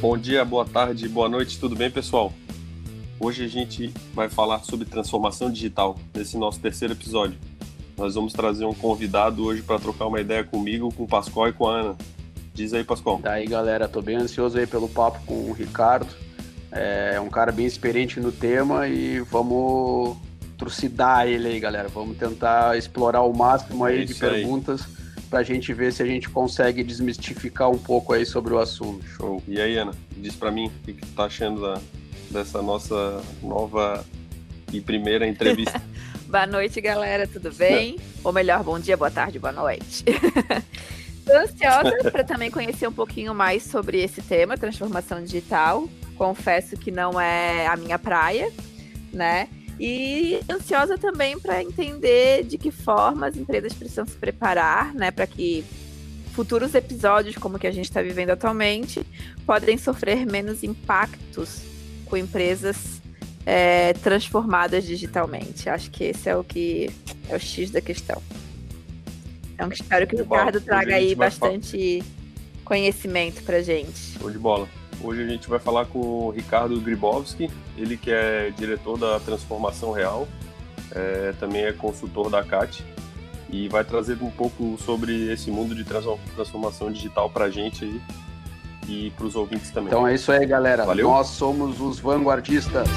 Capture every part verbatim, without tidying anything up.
Bom dia, boa tarde, boa noite, tudo bem, pessoal? Hoje a gente vai falar sobre transformação digital, nesse nosso terceiro episódio. Nós vamos trazer um convidado hoje para trocar uma ideia comigo, com o Pascoal e com a Ana. Diz aí, Pascoal. Daí, galera, tô bem ansioso aí pelo papo com o Ricardo. É um cara bem experiente no tema e vamos trucidar ele aí, galera. Vamos tentar explorar o máximo aí É de isso aí. perguntas pra gente ver se a gente consegue desmistificar um pouco aí sobre o assunto. Show. E aí, Ana, diz para mim o que que tu tá achando da, dessa nossa nova e primeira entrevista. Boa noite, galera, tudo bem? Ou melhor, bom dia, boa tarde, boa noite. Estou ansiosa para também conhecer um pouquinho mais sobre esse tema, transformação digital. Confesso que não é a minha praia, né? E ansiosa também para entender de que forma as empresas precisam se preparar, né? Para que futuros episódios, como o que a gente está vivendo atualmente, podem sofrer menos impactos com empresas é, transformadas digitalmente. Acho que esse é o que é o X da questão. Então, espero que o Ricardo traga aí bastante conhecimento pra gente. Show de bola. Hoje a gente vai falar com o Ricardo Gribowski, ele que é diretor da Transformação Real, é, também é consultor da C A T e vai trazer um pouco sobre esse mundo de transformação digital pra gente aí e pros ouvintes também. Então é isso aí, galera. Valeu? Nós somos os vanguardistas.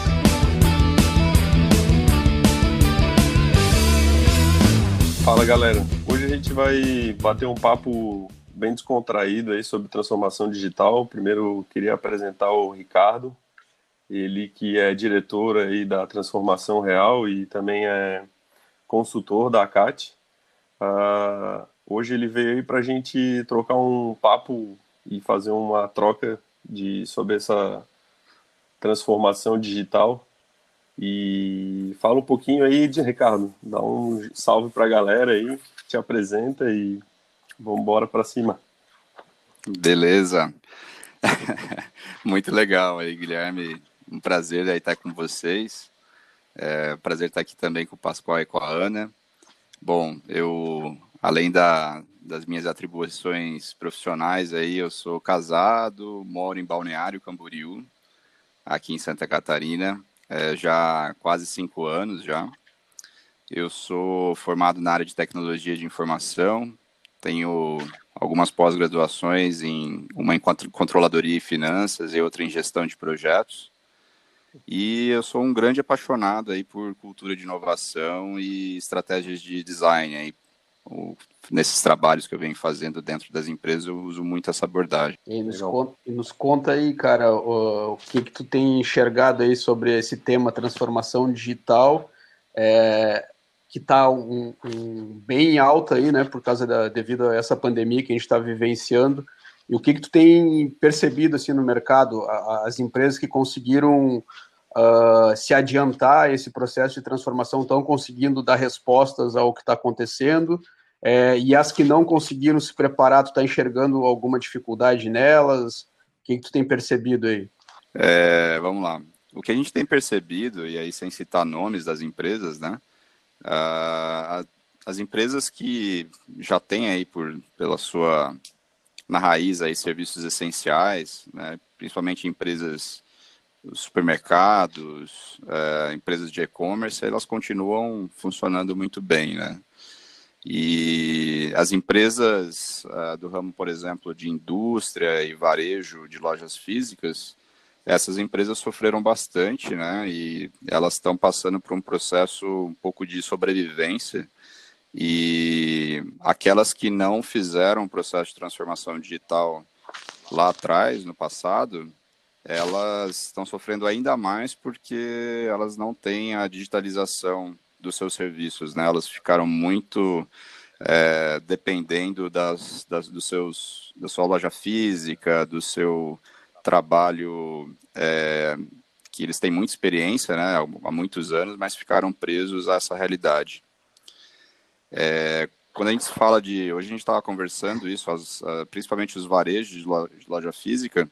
Fala, galera. Hoje a gente vai bater um papo bem descontraído aí sobre transformação digital. Primeiro, eu queria apresentar o Ricardo, ele que é diretor aí da Transformação Real e também é consultor da C A T. Uh, hoje ele veio aí para a gente trocar um papo e fazer uma troca de, sobre essa transformação digital. E fala um pouquinho aí de Ricardo, dá um salve para a galera aí, te apresenta e vamos embora para cima. Beleza. Muito legal aí, Guilherme. Um prazer aí estar com vocês. É, prazer estar aqui também com o Pascoal e com a Ana. Bom, eu, além da, das minhas atribuições profissionais aí, eu sou casado, moro em Balneário Camboriú, aqui em Santa Catarina, é, já há quase cinco anos já. Eu sou formado na área de tecnologia de informação, tenho algumas pós-graduações, em uma em controladoria e finanças e outra em gestão de projetos. E eu sou um grande apaixonado aí por cultura de inovação e estratégias de design. Aí, o, nesses trabalhos que eu venho fazendo dentro das empresas, eu uso muito essa abordagem. E nos, conta, e nos conta aí, cara, o, o que, que tu tem enxergado aí sobre esse tema transformação digital, é, que está um, um, bem alta aí, né, por causa da, devido a essa pandemia que a gente está vivenciando. E o que, que tu tem percebido assim, no mercado, as empresas que conseguiram uh, se adiantar a esse processo de transformação estão conseguindo dar respostas ao que está acontecendo, é, e as que não conseguiram se preparar, tu está enxergando alguma dificuldade nelas? O que, que tu tem percebido aí? É, vamos lá. O que a gente tem percebido, e aí sem citar nomes das empresas, né? Uh, as empresas que já têm aí por, pela sua... na raiz aí serviços essenciais, né, principalmente empresas, supermercados, uh, empresas de e-commerce, elas continuam funcionando muito bem, né? E as empresas uh, do ramo, por exemplo, de indústria e varejo de lojas físicas, essas empresas sofreram bastante, né? E elas estão passando por um processo um pouco de sobrevivência. E aquelas que não fizeram o processo de transformação digital lá atrás, no passado, elas estão sofrendo ainda mais porque elas não têm a digitalização dos seus serviços, né? Elas ficaram muito é, dependendo das, das, dos seus, da sua loja física, do seu trabalho, é, que eles têm muita experiência, né, há muitos anos, mas ficaram presos a essa realidade. É, quando a gente fala de... Hoje a gente estava conversando isso, as, uh, principalmente os varejos de loja, de loja física,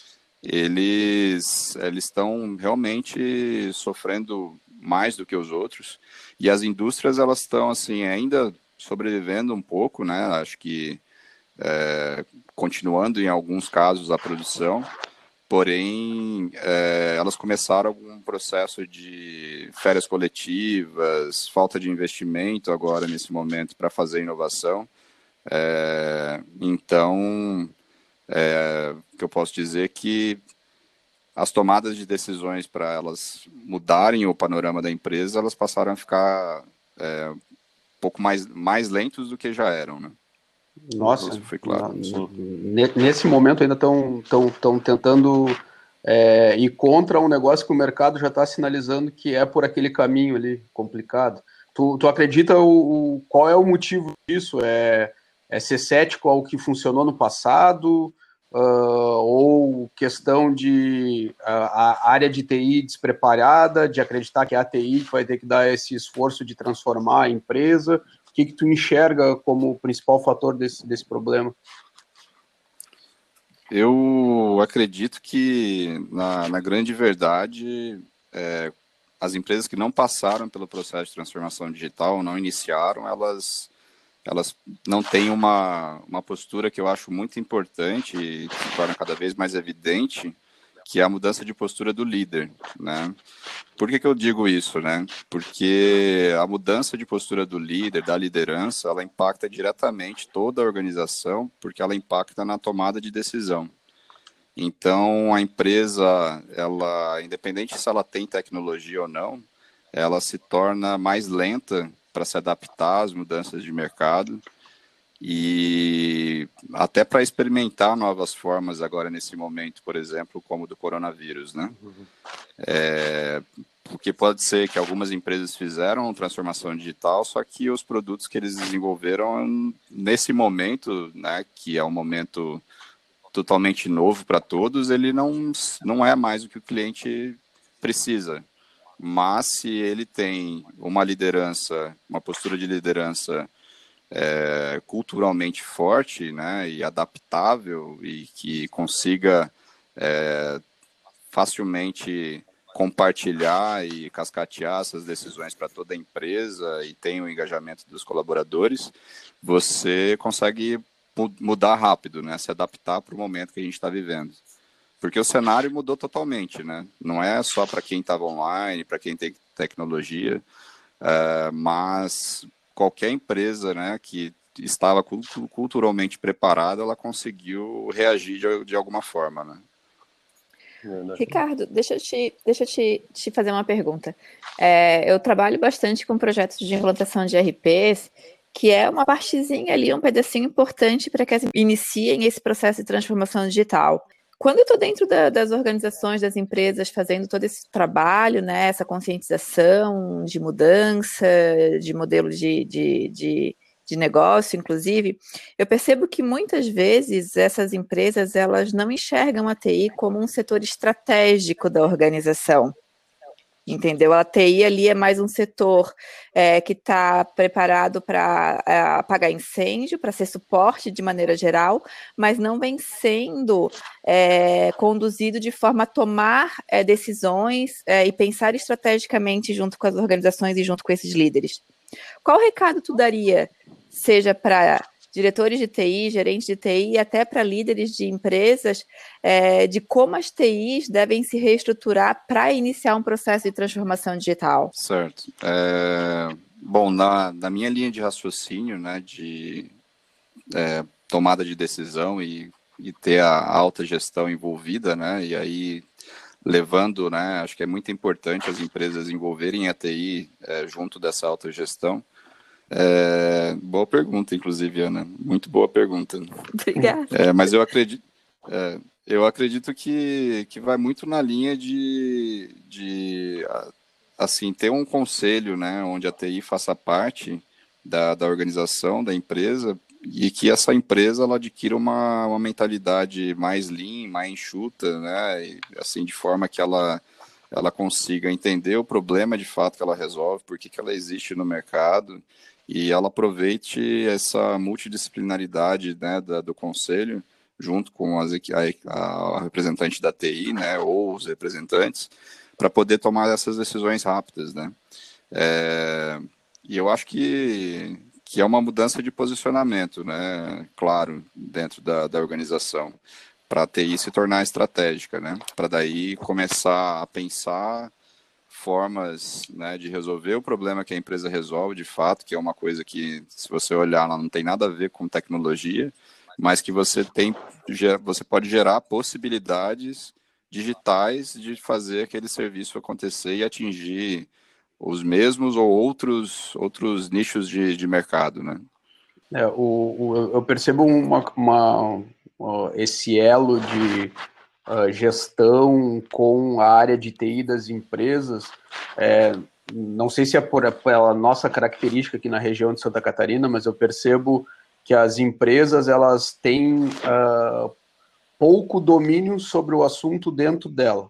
eles eles estão realmente sofrendo mais do que os outros, e as indústrias, elas estão assim, ainda sobrevivendo um pouco, né? Acho que é, continuando em alguns casos a produção, porém, é, elas começaram algum processo de férias coletivas, falta de investimento agora nesse momento para fazer inovação. É, então, é, o que eu posso dizer é que as tomadas de decisões para elas mudarem o panorama da empresa, elas passaram a ficar é, um pouco mais, mais lentos do que já eram, né? Nossa, isso foi claro. Nesse momento ainda estão tão, tão tentando é, ir contra um negócio que o mercado já está sinalizando que é por aquele caminho ali complicado. Tu, tu acredita o, o, qual é o motivo disso? É, é ser cético ao que funcionou no passado? Uh, ou questão de a, a área de T I despreparada, de acreditar que é a T I que vai ter que dar esse esforço de transformar a empresa? O que, que tu enxerga como o principal fator desse, desse problema? Eu acredito que, na, na grande verdade, é, as empresas que não passaram pelo processo de transformação digital, não iniciaram, elas... elas não têm uma, uma postura que eu acho muito importante e que se torna cada vez mais evidente, que é a mudança de postura do líder, né? Por que que eu digo isso, né? Porque a mudança de postura do líder, da liderança, ela impacta diretamente toda a organização, porque ela impacta na tomada de decisão. Então, a empresa, ela, independente se ela tem tecnologia ou não, ela se torna mais lenta para se adaptar às mudanças de mercado e até para experimentar novas formas agora nesse momento, por exemplo, como do coronavírus, né? Uhum. É, porque pode ser que algumas empresas fizeram transformação digital, só que os produtos que eles desenvolveram nesse momento, né, que é um momento totalmente novo para todos, ele não, não é mais o que o cliente precisa. Mas se ele tem uma liderança, uma postura de liderança é, culturalmente forte, né, e adaptável e que consiga é, facilmente compartilhar e cascatear essas decisões para toda a empresa e tem o engajamento dos colaboradores, você consegue mudar rápido, né, se adaptar para o momento que a gente está vivendo. Porque o cenário mudou totalmente, né? Não é só para quem estava online, para quem tem tecnologia, uh, mas qualquer empresa, né, que estava culturalmente preparada, ela conseguiu reagir de, de alguma forma, né? Ricardo, deixa eu te, deixa eu te, te fazer uma pergunta. É, eu trabalho bastante com projetos de implantação de R Ps, que é uma partezinha ali, um pedacinho importante para que elas iniciem esse processo de transformação digital. Quando eu estou dentro da, das organizações, das empresas, fazendo todo esse trabalho, né, essa conscientização de mudança, de modelo de, de, de, de negócio, inclusive, eu percebo que muitas vezes essas empresas elas não enxergam a T I como um setor estratégico da organização. Entendeu? A T I ali é mais um setor é, que está preparado para é, apagar incêndio, para ser suporte de maneira geral, mas não vem sendo é, conduzido de forma a tomar é, decisões é, e pensar estrategicamente junto com as organizações e junto com esses líderes. Qual recado tu daria, seja para diretores de T I, gerentes de T I e até para líderes de empresas, é, de como as T Is devem se reestruturar para iniciar um processo de transformação digital? Certo. É, bom, na, na minha linha de raciocínio, né, de é, tomada de decisão e, e ter a alta gestão envolvida, né, e aí levando, né, acho que é muito importante as empresas envolverem a T I é, junto dessa alta gestão. É, boa pergunta, inclusive, Ana. Muito boa pergunta. Obrigada. É, mas eu acredito, é, eu acredito que, que vai muito na linha de, de assim, ter um conselho, né, onde a T I faça parte da, da organização, da empresa, e que essa empresa ela adquira uma, uma mentalidade mais lean, mais enxuta, né, e, assim, de forma que ela, ela consiga entender o problema de fato que ela resolve, por que que ela existe no mercado, e ela aproveite essa multidisciplinaridade, né, da, do conselho, junto com as, a, a representante da T I, né, ou os representantes, para poder tomar essas decisões rápidas, né. É, e eu acho que, que é uma mudança de posicionamento, né, claro, dentro da, da organização. para a T I se tornar estratégica, né? Para daí começar a pensar formas, né, de resolver o problema que a empresa resolve de fato, que é uma coisa que, se você olhar, ela não tem nada a ver com tecnologia, mas que você tem, você pode gerar possibilidades digitais de fazer aquele serviço acontecer e atingir os mesmos ou outros, outros nichos de, de mercado, né? É, o, o, eu percebo uma, uma, esse elo de uh, gestão com a área de T I das empresas. É, não sei se é por, pela nossa característica aqui na região de Santa Catarina, mas eu percebo que as empresas elas têm uh, pouco domínio sobre o assunto dentro dela.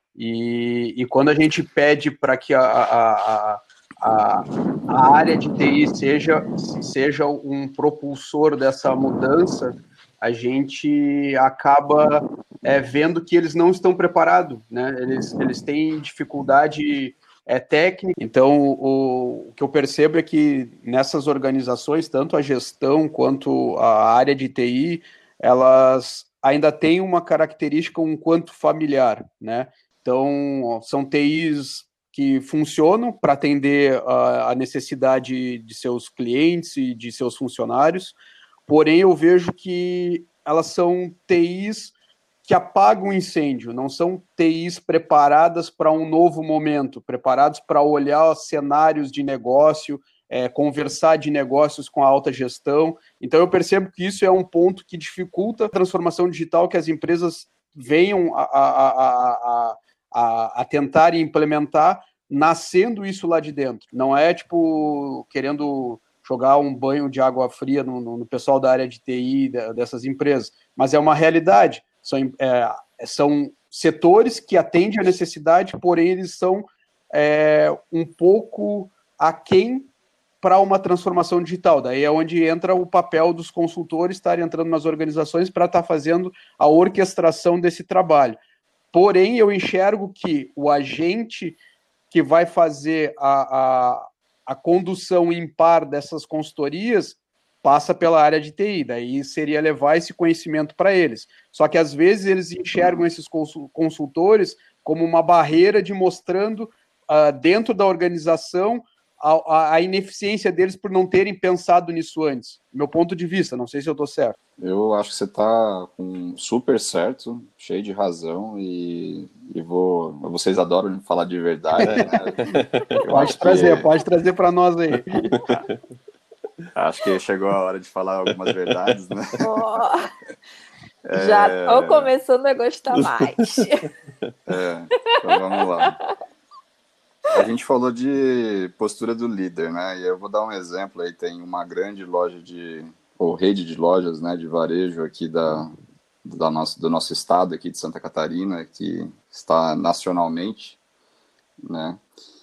E, e quando a gente pede para que a, a, a, a, a área de T I seja, seja um propulsor dessa mudança, a gente acaba é, vendo que eles não estão preparados, né? Eles, eles têm dificuldade é, técnica. Então, o, o que eu percebo é que nessas organizações, tanto a gestão quanto a área de T I, elas ainda têm uma característica um quanto familiar, né? Então, são T Is que funcionam para atender a, a necessidade de seus clientes e de seus funcionários, porém eu vejo que elas são T Is que apagam o incêndio, não são T Is preparadas para um novo momento, preparados para olhar cenários de negócio, é, conversar de negócios com a alta gestão. Então eu percebo que isso é um ponto que dificulta a transformação digital que as empresas venham a, a, a, a A, a tentar implementar, nascendo isso lá de dentro. Não é, tipo, querendo jogar um banho de água fria no, no, no pessoal da área de T I dessas empresas, mas é uma realidade. São, é, são setores que atendem a necessidade, porém eles são é, um pouco aquém para uma transformação digital. Daí é onde entra o papel dos consultores estarem entrando nas organizações para estar fazendo a orquestração desse trabalho. Porém, eu enxergo que o agente que vai fazer a, a, a condução impar dessas consultorias passa pela área de T I, daí seria levar esse conhecimento para eles. Só que, às vezes, eles enxergam esses consultores como uma barreira de mostrando uh, dentro da organização a, a ineficiência deles por não terem pensado nisso antes. Meu ponto de vista, não sei se eu estou certo. Eu acho que você está super certo, cheio de razão, e, e vou. Vocês adoram falar de verdade, né? Pode trazer, que... pode trazer para nós aí. Acho que chegou a hora de falar algumas verdades, né? Oh, é... Já estou começando a gostar mais. É, então vamos lá. A gente falou de postura do líder, né? E eu vou dar um exemplo aí. Tem uma grande loja de, ou rede de lojas, né, de varejo aqui da, da nosso, do nosso estado, aqui de Santa Catarina, que está nacionalmente, né?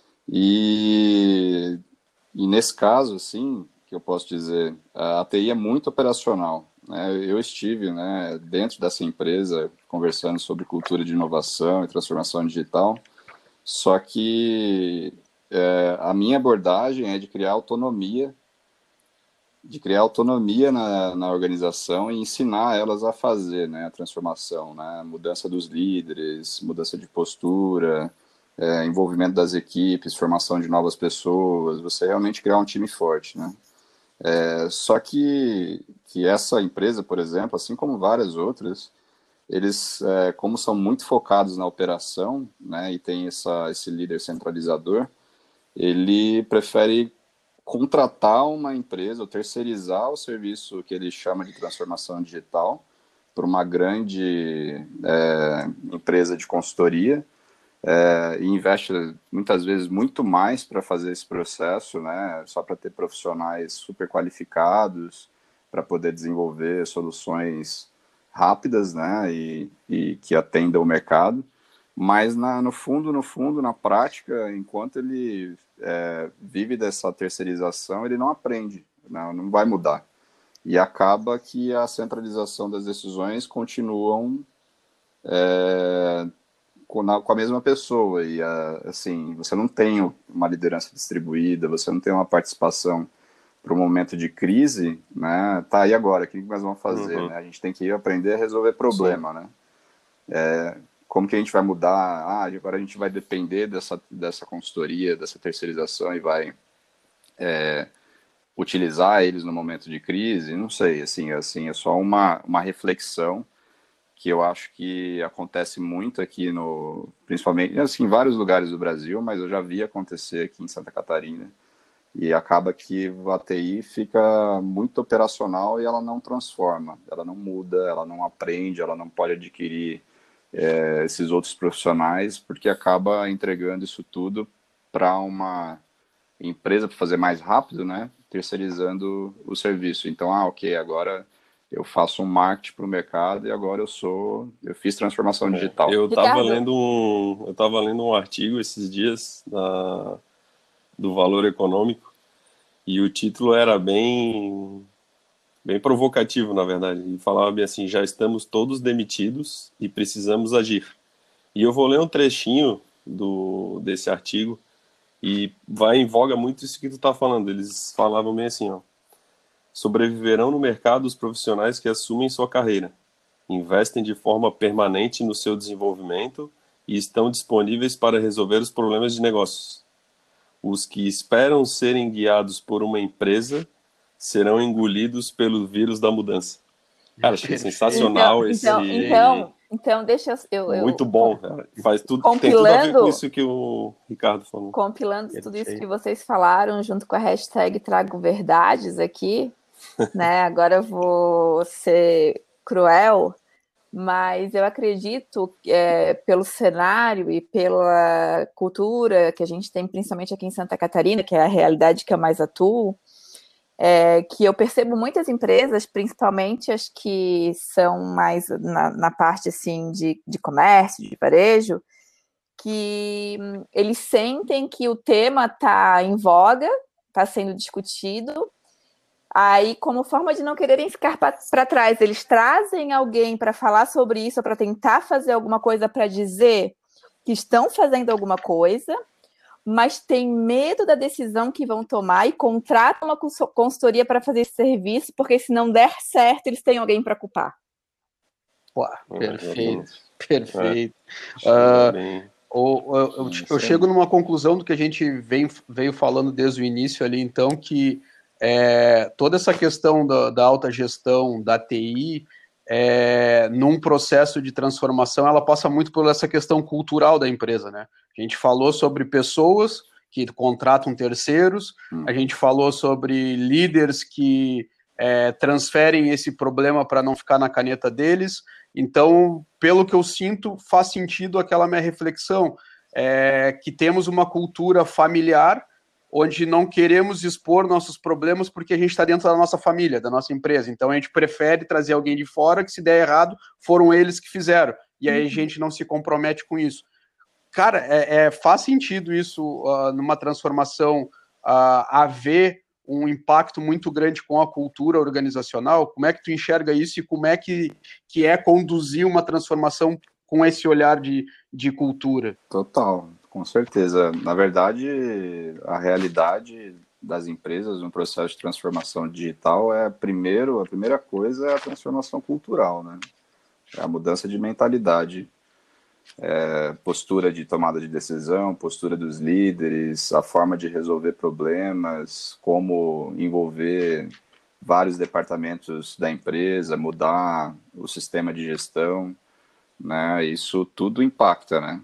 E, e nesse caso, assim, que eu posso dizer, a T I é muito operacional, né? Eu estive, né, dentro dessa empresa conversando sobre cultura de inovação e transformação digital. Só que é, a minha abordagem é de criar autonomia, de criar autonomia na, na organização e ensinar elas a fazer, né, a transformação, né, mudança dos líderes, mudança de postura, é, envolvimento das equipes, formação de novas pessoas, você realmente criar um time forte, né. É, só que, que essa empresa, por exemplo, assim como várias outras, eles, é, como são muito focados na operação, né, e tem essa, esse líder centralizador, ele prefere contratar uma empresa ou terceirizar o serviço que ele chama de transformação digital para uma grande é, empresa de consultoria, é, e investe muitas vezes muito mais para fazer esse processo, né, só para ter profissionais super qualificados para poder desenvolver soluções rápidas, né, e, e que atendam o mercado, mas na, no fundo, no fundo, na prática, enquanto ele é, vive dessa terceirização, ele não aprende, não, não vai mudar. E acaba que a centralização das decisões continuam é, com, na, com a mesma pessoa, e a, assim, você não tem uma liderança distribuída, você não tem uma participação para o momento de crise, né? Tá aí agora, o que nós vamos fazer? Uhum. Né? A gente tem que aprender a resolver problema, né? É, como que a gente vai mudar? Ah, agora a gente vai depender dessa, dessa consultoria, dessa terceirização e vai é, utilizar eles no momento de crise? Não sei, assim, assim é só uma, uma reflexão que eu acho que acontece muito aqui no, principalmente, assim, em vários lugares do Brasil, mas eu já vi acontecer aqui em Santa Catarina. E acaba que a T I fica muito operacional e ela não transforma, ela não muda, ela não aprende, ela não pode adquirir é, esses outros profissionais, porque acaba entregando isso tudo para uma empresa para fazer mais rápido, né? Terceirizando o serviço. Então, ah, ok, agora eu faço um marketing para o mercado e agora eu sou, eu fiz transformação digital. Eu estava Ricardo. lendo um, eu estava lendo um artigo esses dias na, do Valor Econômico e o título era bem, bem provocativo, na verdade. E falava bem assim: já estamos todos demitidos e precisamos agir. E eu vou ler um trechinho do, desse artigo e vai em voga muito isso que tu está falando. Eles falavam bem assim, ó: sobreviverão no mercado os profissionais que assumem sua carreira, investem de forma permanente no seu desenvolvimento e estão disponíveis para resolver os problemas de negócios. Os que esperam serem guiados por uma empresa serão engolidos pelo vírus da mudança. Cara, achei sensacional Então, esse... então, então, então deixa eu... eu Muito bom, cara. Faz tudo, compilando, tem tudo a ver com isso que o Ricardo falou. Compilando tudo isso que vocês falaram, junto com a hashtag Trago Verdades aqui, né? Agora eu vou ser cruel, mas eu acredito, é, pelo cenário e pela cultura que a gente tem, principalmente aqui em Santa Catarina, que é a realidade que eu mais atuo, é, que eu percebo muitas empresas, principalmente as que são mais na, na parte assim, de, de comércio, de varejo, que hum, eles sentem que o tema está em voga, está sendo discutido. Aí, como forma de não quererem ficar para trás, eles trazem alguém para falar sobre isso, para tentar fazer alguma coisa, para dizer que estão fazendo alguma coisa, mas tem medo da decisão que vão tomar e contratam uma consultoria para fazer esse serviço, porque se não der certo, eles têm alguém para culpar. Pô, perfeito, É. perfeito. É. Uh, Bem... eu, eu, eu, eu chego numa conclusão do que a gente vem, veio falando desde o início ali, então, que É, toda essa questão da, da alta gestão, da T I, é, num processo de transformação, ela passa muito por essa questão cultural da empresa, né? A gente falou sobre pessoas que contratam terceiros, a gente falou sobre líderes que é, transferem esse problema para não ficar na caneta deles. Então, pelo que eu sinto, faz sentido aquela minha reflexão, é, que temos uma cultura familiar, onde não queremos expor nossos problemas porque a gente está dentro da nossa família, da nossa empresa. Então, a gente prefere trazer alguém de fora que, se der errado, foram eles que fizeram. E aí a gente não se compromete com isso. Cara, é, é, faz sentido isso uh, numa transformação, uh, haver um impacto muito grande com a cultura organizacional? Como é que tu enxerga isso e como é que, que é conduzir uma transformação com esse olhar de, de cultura? Total. Com certeza. Na verdade, a realidade das empresas no processo de transformação digital é, primeiro, a primeira coisa é a transformação cultural, né? É a mudança de mentalidade, é, postura de tomada de decisão, postura dos líderes, a forma de resolver problemas, como envolver vários departamentos da empresa, mudar o sistema de gestão, né? Isso tudo impacta, né?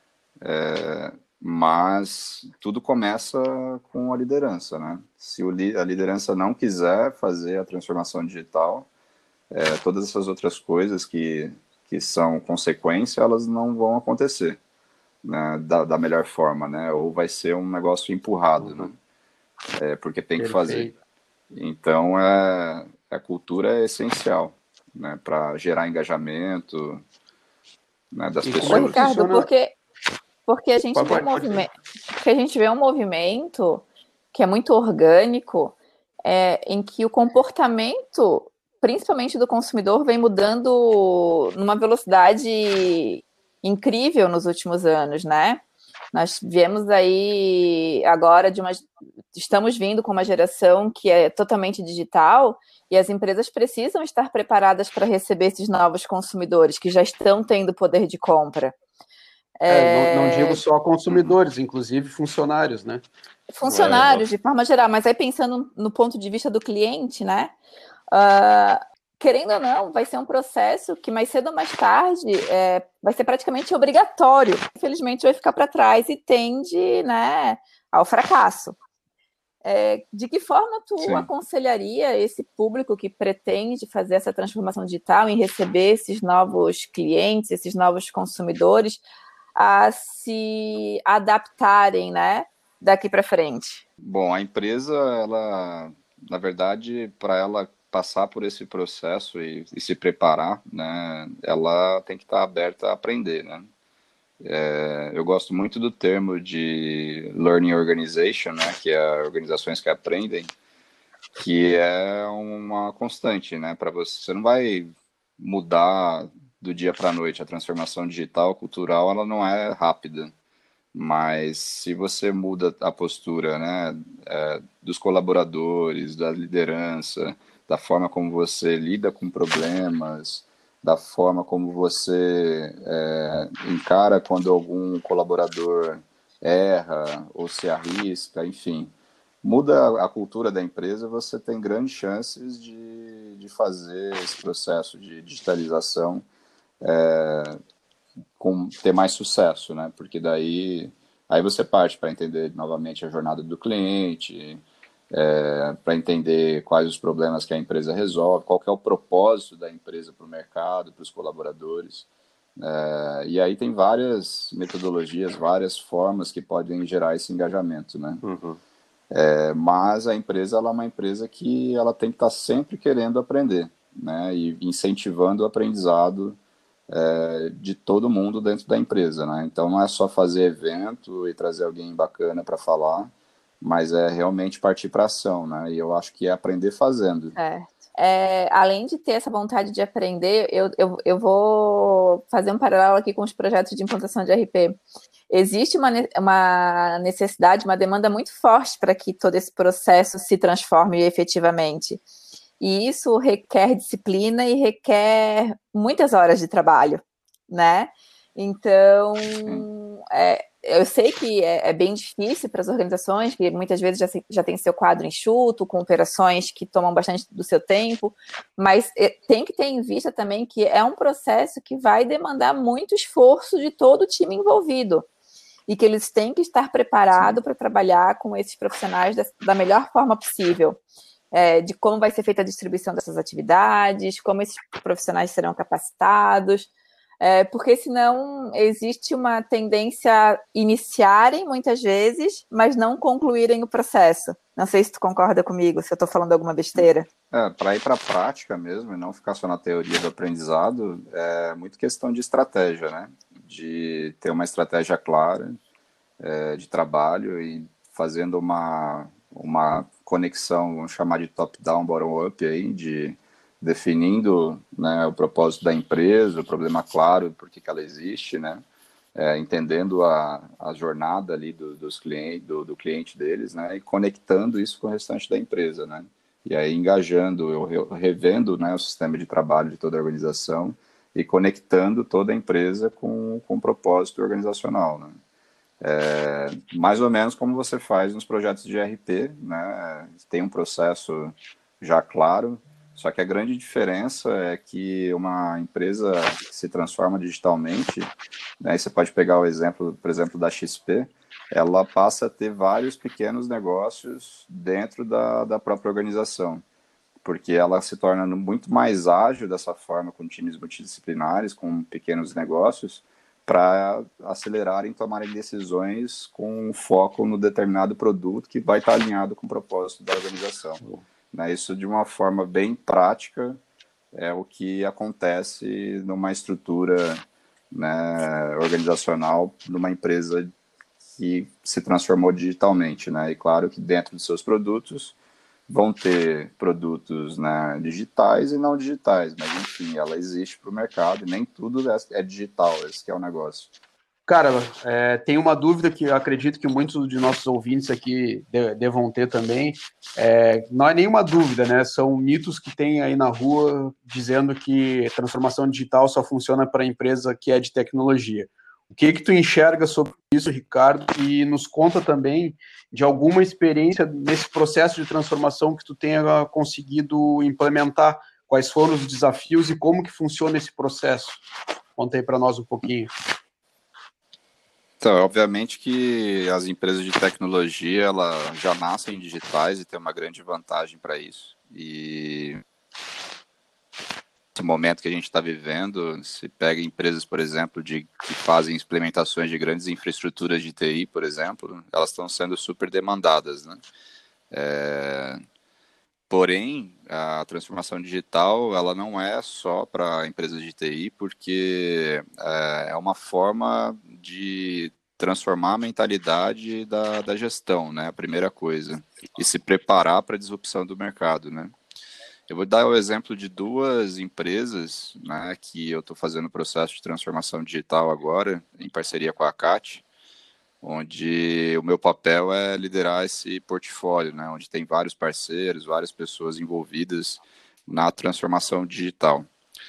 É, mas tudo começa com a liderança, né? Se o, a liderança não quiser fazer a transformação digital, é, todas essas outras coisas que, que são consequência, elas não vão acontecer, né, da, da melhor forma, né? Ou vai ser um negócio empurrado, uhum. né? É, porque tem Perfeito. que fazer. Então, é, a cultura é essencial, né, para gerar engajamento, né, das e pessoas. Ô, Ricardo, funciona... porque... Porque a gente, pode, vê um movimento, porque a gente vê um movimento que é muito orgânico, é, em que o comportamento, principalmente do consumidor, vem mudando numa velocidade incrível nos últimos anos, né? Nós viemos aí agora de uma... Estamos vindo com uma geração que é totalmente digital e as empresas precisam estar preparadas para receber esses novos consumidores que já estão tendo poder de compra. É, não, não digo só consumidores, inclusive funcionários, né? Funcionários, é, de forma geral, mas aí pensando no ponto de vista do cliente, né? Uh, querendo ou não, vai ser um processo que mais cedo ou mais tarde é, vai ser praticamente obrigatório. Infelizmente, vai ficar para trás e tende, né, ao fracasso. É, de que forma tu Sim. aconselharia esse público que pretende fazer essa transformação digital em receber esses novos clientes, esses novos consumidores, a se adaptarem, né, daqui para frente? Bom, a empresa, ela, na verdade, para ela passar por esse processo e, e se preparar, né, ela tem que estar aberta a aprender, né? É, eu gosto muito do termo de Learning Organization, né, que é organizações que aprendem, que é uma constante, né, para você, você não vai mudar do dia para a noite. A transformação digital, cultural, ela não é rápida, mas se você muda a postura, né, é, dos colaboradores, da liderança, da forma como você lida com problemas, da forma como você é, encara quando algum colaborador erra ou se arrisca, enfim, muda a cultura da empresa, você tem grandes chances de, de fazer esse processo de digitalização é, com, ter mais sucesso, né? Porque daí aí você parte para entender novamente a jornada do cliente, é, para entender quais os problemas que a empresa resolve, qual que é o propósito da empresa para o mercado, para os colaboradores. É, e aí tem várias metodologias, várias formas que podem gerar esse engajamento, né? Uhum. É, mas a empresa, ela é uma empresa que ela tem que estar sempre querendo aprender, né? E incentivando o aprendizado é, de todo mundo dentro da empresa, né? Então não é só fazer evento e trazer alguém bacana para falar, mas é realmente partir para ação, né? E eu acho que é aprender fazendo. É. É, além de ter essa vontade de aprender, eu, eu, eu vou fazer um paralelo aqui com os projetos de implantação de R P. Existe uma, uma necessidade, uma demanda muito forte para que todo esse processo se transforme efetivamente. E isso requer disciplina e requer muitas horas de trabalho, né? Então, é, eu sei que é, é bem difícil para as organizações, que muitas vezes já, já tem seu quadro enxuto, com operações que tomam bastante do seu tempo, mas tem que ter em vista também que é um processo que vai demandar muito esforço de todo o time envolvido e que eles têm que estar preparados para trabalhar com esses profissionais da, da melhor forma possível. É, de como vai ser feita a distribuição dessas atividades, como esses profissionais serão capacitados, é, porque senão existe uma tendência a iniciarem muitas vezes, mas não concluírem o processo. Não sei se tu concorda comigo, se eu estou falando alguma besteira. É, para ir para a prática mesmo, e não ficar só na teoria do aprendizado, é muito questão de estratégia, né? De ter uma estratégia clara é, de trabalho e fazendo uma, uma conexão, vamos chamar de top-down, bottom-up, aí, de definindo, né, o propósito da empresa, o problema claro, por que ela existe, né, é, entendendo a, a jornada ali do, dos clientes, do, do cliente deles, né, e conectando isso com o restante da empresa, né, e aí engajando, eu revendo, né, o sistema de trabalho de toda a organização e conectando toda a empresa com, com o propósito organizacional, né. É, mais ou menos como você faz nos projetos de R P, né, tem um processo já claro. Só que a grande diferença é que uma empresa que se transforma digitalmente, né, você pode pegar o exemplo, por exemplo, da X P, ela passa a ter vários pequenos negócios dentro da, da própria organização, porque ela se torna muito mais ágil dessa forma, com times multidisciplinares, com pequenos negócios, para acelerarem e tomarem decisões com foco no determinado produto que vai estar alinhado com o propósito da organização. Né, isso de uma forma bem prática é o que acontece numa estrutura, né, organizacional numa empresa que se transformou digitalmente, né? E claro que dentro de seus produtos vão ter produtos, né, digitais e não digitais, mas enfim, ela existe para o mercado e nem tudo é digital, esse que é o negócio. Cara, é, tem uma dúvida que eu acredito que muitos de nossos ouvintes aqui de, devam ter também. É, não é nenhuma dúvida, né? São mitos que tem aí na rua dizendo que transformação digital só funciona para a empresa que é de tecnologia. O que que tu enxerga sobre isso, Ricardo? E nos conta também de alguma experiência nesse processo de transformação que tu tenha conseguido implementar. Quais foram os desafios e como que funciona esse processo? Conta aí para nós um pouquinho. Então, obviamente que as empresas de tecnologia, elas já nascem digitais e tem uma grande vantagem para isso. E esse momento que a gente está vivendo, se pega empresas, por exemplo, de, que fazem implementações de grandes infraestruturas de T I, por exemplo, elas estão sendo super demandadas, né? É... Porém, a transformação digital, ela não é só para empresas de T I, porque é, é uma forma de transformar a mentalidade da, da gestão, né? A primeira coisa. E se preparar para a disrupção do mercado, né? Eu vou dar o exemplo de duas empresas, né, que eu estou fazendo o processo de transformação digital agora, em parceria com a CAT, onde o meu papel é liderar esse portfólio, né, onde tem vários parceiros, várias pessoas envolvidas na transformação digital.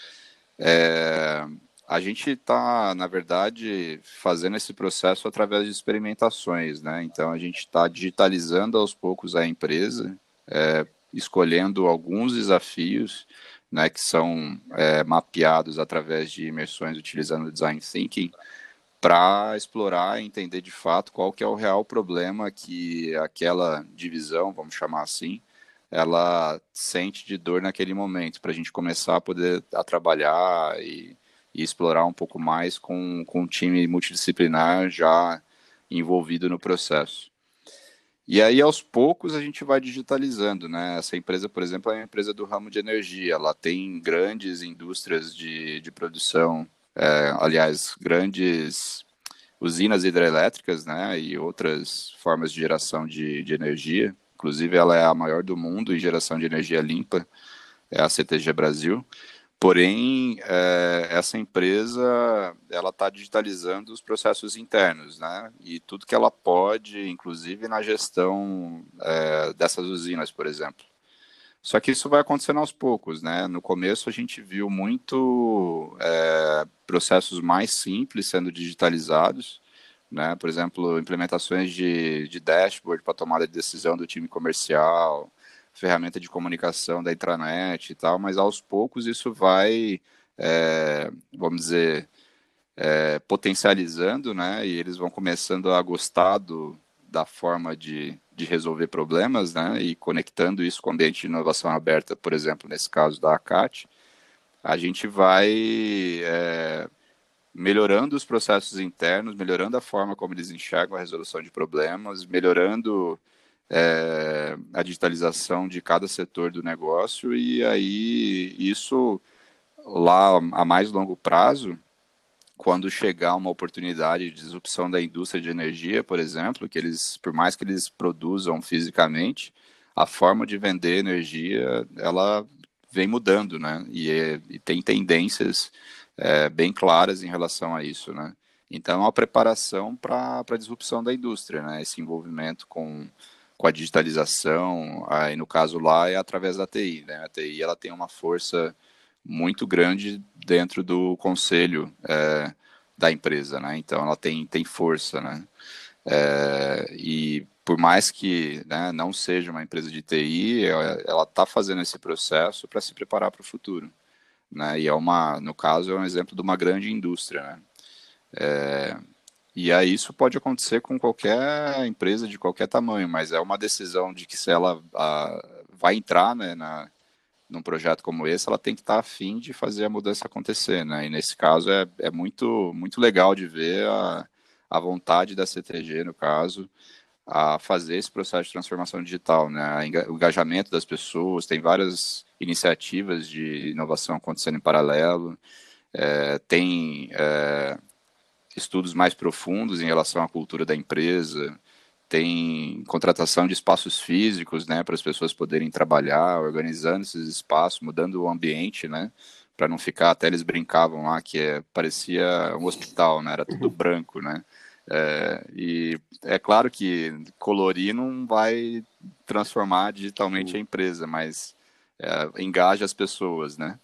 É, a gente está, na verdade, fazendo esse processo através de experimentações, né, então a gente está digitalizando aos poucos a empresa, é, escolhendo alguns desafios, né, que são é, mapeados através de imersões utilizando o Design Thinking, para explorar e entender de fato qual que é o real problema que aquela divisão, vamos chamar assim, ela sente de dor naquele momento, para a gente começar a poder a trabalhar e, e explorar um pouco mais com, com um time multidisciplinar já envolvido no processo. E aí, aos poucos, a gente vai digitalizando, né? Essa empresa, por exemplo, é uma empresa do ramo de energia, ela tem grandes indústrias de, de produção, é, aliás, grandes usinas hidrelétricas, né, e outras formas de geração de, de energia. Inclusive, ela é a maior do mundo em geração de energia limpa, é a C T G Brasil. Porém, é, essa empresa, ela está digitalizando os processos internos, né, e tudo que ela pode, inclusive na gestão é, dessas usinas, por exemplo. Só que isso vai acontecendo aos poucos, né? No começo a gente viu muito é, processos mais simples sendo digitalizados, né? Por exemplo, implementações de, de dashboard para tomada de decisão do time comercial, ferramenta de comunicação da intranet e tal, mas aos poucos isso vai, é, vamos dizer, é, potencializando, né? E eles vão começando a gostar do, da forma de, de resolver problemas, né, e conectando isso com o ambiente de inovação aberta, por exemplo, nesse caso da ACAT, a gente vai é, melhorando os processos internos, melhorando a forma como eles enxergam a resolução de problemas, melhorando é, a digitalização de cada setor do negócio, e aí isso lá a mais longo prazo, quando chegar uma oportunidade de disrupção da indústria de energia, por exemplo, que eles, por mais que eles produzam fisicamente, a forma de vender energia, ela vem mudando, né? E, é, e tem tendências é, bem claras em relação a isso, né? Então, é uma preparação para a disrupção da indústria, né? Esse envolvimento com, com a digitalização, aí no caso lá é através da T I, né? A T I, ela tem uma força muito grande dentro do conselho é, da empresa, né? Então ela tem, tem força, né? É, e por mais que, né, não seja uma empresa de T I, ela está fazendo esse processo para se preparar para o futuro, né? E é uma, no caso, é um exemplo de uma grande indústria, né? É, e aí isso pode acontecer com qualquer empresa de qualquer tamanho, mas é uma decisão de que se ela a, vai entrar, né, na num projeto como esse, ela tem que estar afim de fazer a mudança acontecer, né? E nesse caso é, é muito, muito legal de ver a, a vontade da C T G, no caso, a fazer esse processo de transformação digital, né? O engajamento das pessoas, tem várias iniciativas de inovação acontecendo em paralelo, é, tem é, estudos mais profundos em relação à cultura da empresa, tem contratação de espaços físicos, né, para as pessoas poderem trabalhar, organizando esses espaços, mudando o ambiente, né, para não ficar, até eles brincavam lá que é, parecia um hospital, né? Era tudo branco, né? É, e é claro que colorir não vai transformar digitalmente a empresa, mas é, engaja as pessoas, né?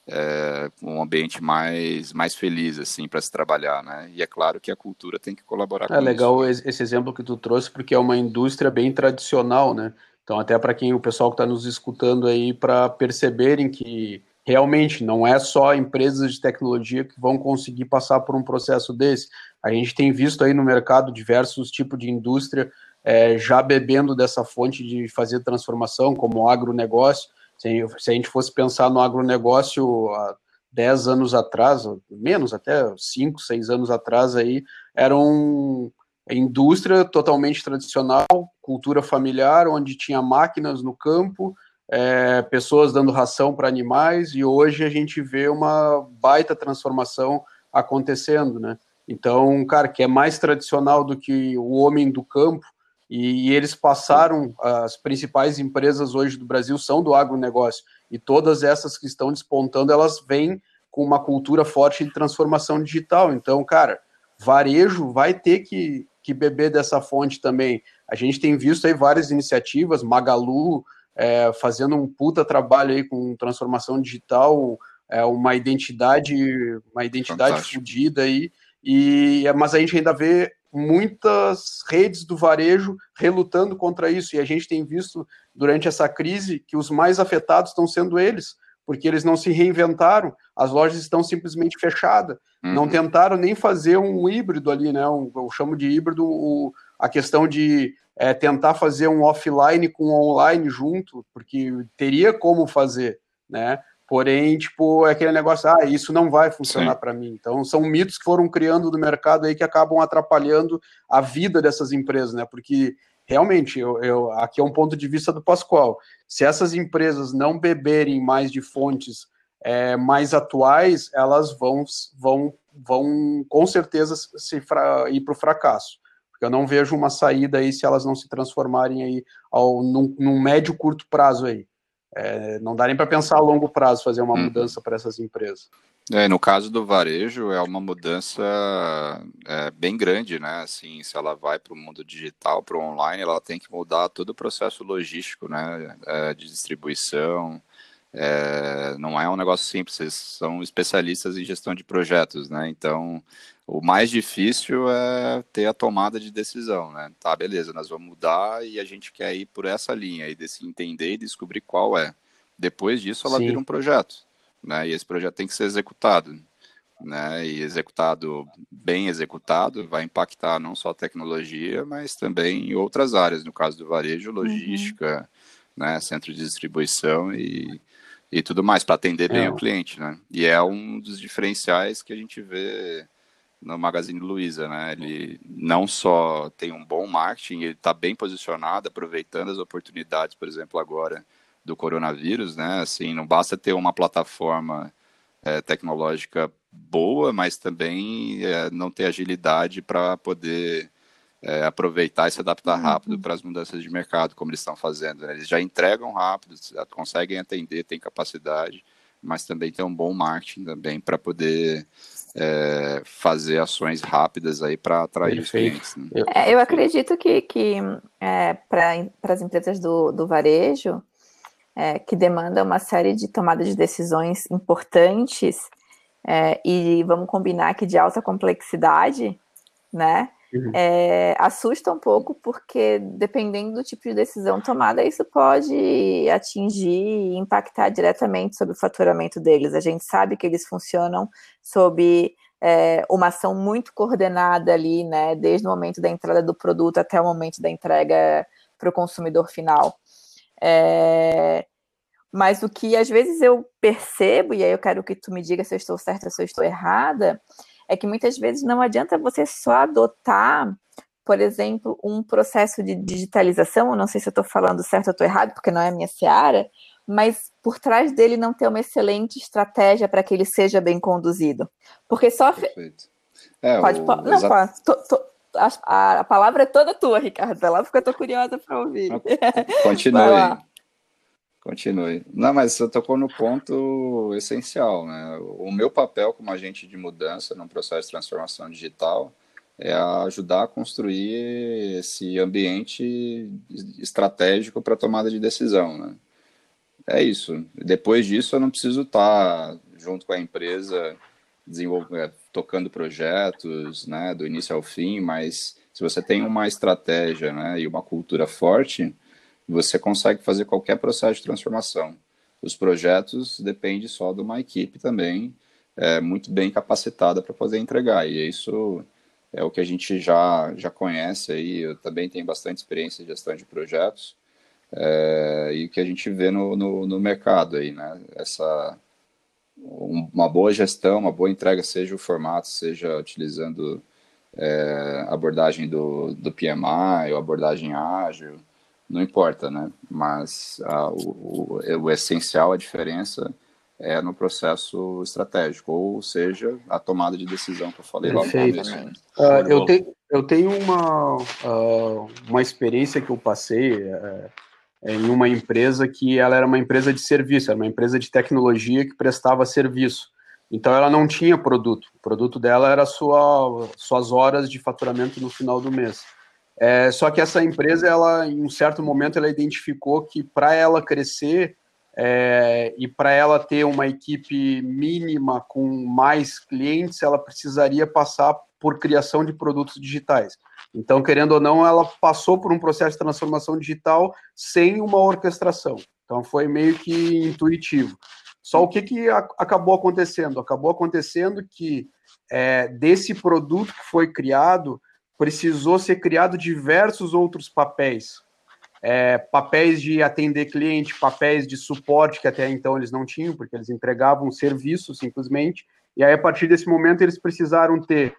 É, um ambiente mais, mais feliz assim para se trabalhar, né? E é claro que a cultura tem que colaborar É com legal isso, né? esse exemplo que tu trouxe, porque é uma indústria bem tradicional, né? Então, até para quem o pessoal que está nos escutando aí, para perceberem que realmente não é só empresas de tecnologia que vão conseguir passar por um processo desse. A gente tem visto aí no mercado diversos tipos de indústria é, já bebendo dessa fonte de fazer transformação, como o agronegócio. Se, se a gente fosse pensar no agronegócio há dez anos atrás, menos até cinco, seis anos atrás aí, era uma indústria totalmente tradicional, cultura familiar, onde tinha máquinas no campo, é, pessoas dando ração para animais, e hoje a gente vê uma baita transformação acontecendo, né? Então, cara, que é mais tradicional do que o homem do campo, e, e eles passaram, as principais empresas hoje do Brasil são do agronegócio, e todas essas que estão despontando, elas vêm com uma cultura forte de transformação digital. Então, cara, varejo vai ter que, que beber dessa fonte também. A gente tem visto aí várias iniciativas, Magalu é, fazendo um puta trabalho aí com transformação digital, é, uma identidade, uma identidade fodida aí, e, mas a gente ainda vê muitas redes do varejo relutando contra isso, e a gente tem visto durante essa crise que os mais afetados estão sendo eles, porque eles não se reinventaram, as lojas estão simplesmente fechadas, uhum. Não tentaram nem fazer um híbrido ali, né? Um, eu chamo de híbrido o, a questão de é, tentar fazer um offline com online junto, porque teria como fazer, né? Porém, tipo, é aquele negócio, ah, isso não vai funcionar para mim. Então, são mitos que foram criando no mercado aí que acabam atrapalhando a vida dessas empresas, né? Porque realmente, eu, eu, aqui é um ponto de vista do Pascoal. Se essas empresas não beberem mais de fontes é, mais atuais, elas vão, vão, vão com certeza se fra, ir para o fracasso. Porque eu não vejo uma saída aí se elas não se transformarem aí ao, num, num médio curto prazo aí. É, não dá nem para pensar a longo prazo fazer uma uhum. mudança para essas empresas. É, no caso do varejo, é uma mudança é, bem grande, né? Assim, se ela vai para o mundo digital, para o online, ela tem que mudar todo o processo logístico, né? É, de distribuição. É, não é um negócio simples, eles são especialistas em gestão de projetos, né? Então, o mais difícil é ter a tomada de decisão, né? Tá, beleza, nós vamos mudar e a gente quer ir por essa linha e desse entender e descobrir qual é. Depois disso, ela Sim. vira um projeto, né? E esse projeto tem que ser executado, né? E executado, bem executado, vai impactar não só a tecnologia, mas também em outras áreas, no caso do varejo, logística, uhum. né? Centro de distribuição e e tudo mais, para atender bem é. o cliente, né? E é um dos diferenciais que a gente vê no Magazine Luiza, né? Ele não só tem um bom marketing, ele está bem posicionado, aproveitando as oportunidades, por exemplo, agora do coronavírus, né? Assim, não basta ter uma plataforma é, tecnológica boa, mas também é, não ter agilidade para poder É, aproveitar e se adaptar rápido para as mudanças de mercado, como eles estão fazendo, né? Eles já entregam rápido, conseguem atender, têm capacidade, mas também tem um bom marketing também para poder é, fazer ações rápidas aí para atrair Perfeito. os clientes. Né? É, eu acredito que, que é, para as empresas do, do varejo, é, que demandam uma série de tomadas de decisões importantes, é, e vamos combinar que de alta complexidade, né? É, assusta um pouco, porque dependendo do tipo de decisão tomada, isso pode atingir e impactar diretamente sobre o faturamento deles. A gente sabe que eles funcionam sob é, uma ação muito coordenada ali, né, desde o momento da entrada do produto até o momento da entrega para o consumidor final. É, mas o que às vezes eu percebo, e aí eu quero que tu me diga se eu estou certa ou se eu estou errada, é que muitas vezes não adianta você só adotar, por exemplo, um processo de digitalização, eu não sei se eu estou falando certo ou estou errado, porque não é a minha seara, mas por trás dele não ter uma excelente estratégia para que ele seja bem conduzido. Porque só... Perfeito. É, pode, o... pode... Não, pode. Tô, tô... A, a palavra é toda tua, Ricardo, vai lá, porque eu estou curiosa para ouvir. Continue aí. Continue. Não, mas você tocou no ponto essencial, né? O meu papel como agente de mudança num processo de transformação digital é ajudar a construir esse ambiente estratégico para tomada de decisão, né? É isso. Depois disso, eu não preciso estar junto com a empresa desenvolvendo, tocando projetos, né, do início ao fim, mas se você tem uma estratégia, né, e uma cultura forte, você consegue fazer qualquer processo de transformação. Os projetos dependem só de uma equipe também é, muito bem capacitada para poder entregar, e isso é o que a gente já, já conhece aí. Eu também tenho bastante experiência em gestão de projetos, é, e o que a gente vê no, no, no mercado aí, né, essa, uma boa gestão, uma boa entrega, seja o formato, seja utilizando é, a abordagem do, do P M I ou abordagem ágil, não importa, né? Mas a, o, o, o essencial, a diferença é no processo estratégico, ou seja, a tomada de decisão que eu falei lá no começo. Uh, eu, te, eu tenho uma, uh, uma experiência que eu passei uh, em uma empresa que ela era uma empresa de serviço, era uma empresa de tecnologia que prestava serviço. Então ela não tinha produto. O produto dela era sua, suas horas de faturamento no final do mês. É, só que essa empresa, ela, em um certo momento, ela identificou que para ela crescer é, e para ela ter uma equipe mínima com mais clientes, ela precisaria passar por criação de produtos digitais. Então, querendo ou não, ela passou por um processo de transformação digital sem uma orquestração. Então, foi meio que intuitivo. Só o que, que a, acabou acontecendo? Acabou acontecendo que é, desse produto que foi criado, precisou ser criado diversos outros papéis. É, papéis de atender cliente, papéis de suporte, que até então eles não tinham, porque eles entregavam serviço simplesmente, e aí a partir desse momento eles precisaram ter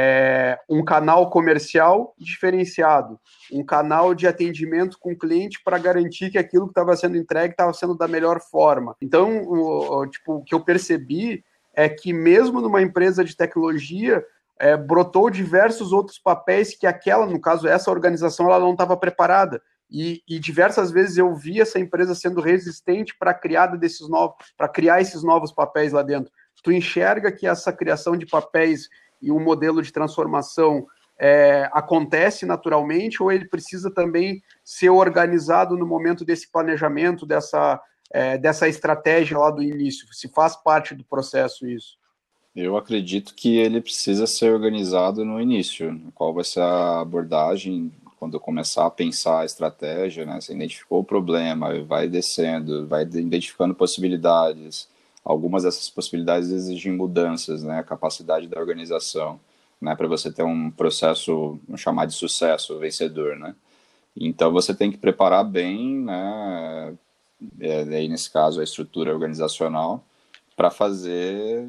é, um canal comercial diferenciado, um canal de atendimento com o cliente para garantir que aquilo que estava sendo entregue estava sendo da melhor forma. Então, o, o, tipo, o que eu percebi é que mesmo numa empresa de tecnologia, É, brotou diversos outros papéis que aquela, no caso, essa organização, ela não estava preparada. E, e diversas vezes eu vi essa empresa sendo resistente para criar desses novos, para criar esses novos papéis lá dentro. Tu enxerga que essa criação de papéis e um modelo de transformação é, acontece naturalmente, ou ele precisa também ser organizado no momento desse planejamento, dessa, é, dessa estratégia lá do início? Se faz parte do processo isso? Eu acredito que ele precisa ser organizado no início. Qual vai ser a abordagem quando eu começar a pensar a estratégia, né? Você identificou o problema, vai descendo, vai identificando possibilidades. Algumas dessas possibilidades exigem mudanças, né? A capacidade da organização, né? Para você ter um processo, vamos chamar de sucesso, vencedor, né? Então você tem que preparar bem, né? É, aí nesse caso a estrutura organizacional, para fazer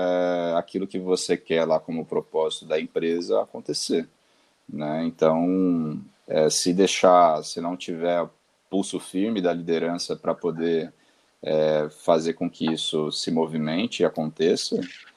é, aquilo que você quer lá como propósito da empresa acontecer, né? Então, é, se deixar, se não tiver pulso firme da liderança para poder é, fazer com que isso se movimente e aconteça,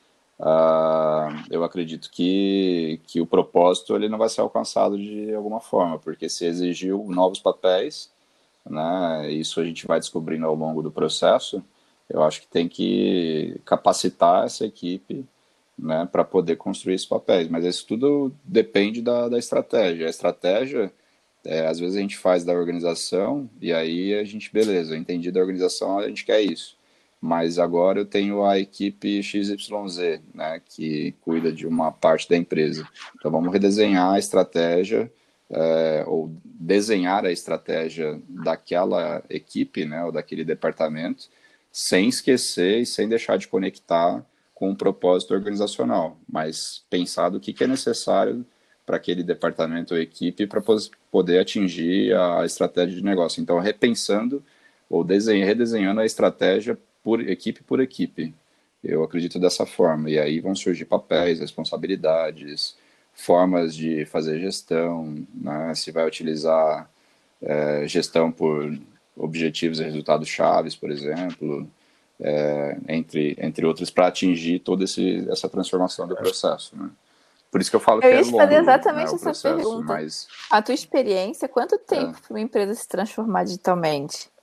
uh, eu acredito que, que o propósito ele não vai ser alcançado de alguma forma, porque se exigiu novos papéis, né, isso a gente vai descobrindo ao longo do processo. Eu acho que tem que capacitar essa equipe, né, para poder construir esses papéis. Mas isso tudo depende da, da estratégia. A estratégia, é, às vezes a gente faz da organização e aí a gente, beleza, entendi da organização, a gente quer isso. Mas agora eu tenho a equipe X Y Z, né, que cuida de uma parte da empresa. Então vamos redesenhar a estratégia, é, ou desenhar a estratégia daquela equipe, né, ou daquele departamento, sem esquecer e sem deixar de conectar com o propósito organizacional, mas pensar do que, que é necessário para aquele departamento ou equipe para poder atingir a estratégia de negócio. Então, repensando ou desenho, redesenhando a estratégia por equipe por equipe. Eu acredito dessa forma. E aí vão surgir papéis, responsabilidades, formas de fazer gestão, né? Se vai utilizar é, gestão por objetivos e resultados chaves, por exemplo, é, entre, entre outros, para atingir toda esse, essa transformação do processo, né? Por isso que eu falo eu que é longo, longo, fazer exatamente né, essa processo, pergunta. mas... A tua experiência, quanto tempo é. para uma empresa se transformar digitalmente?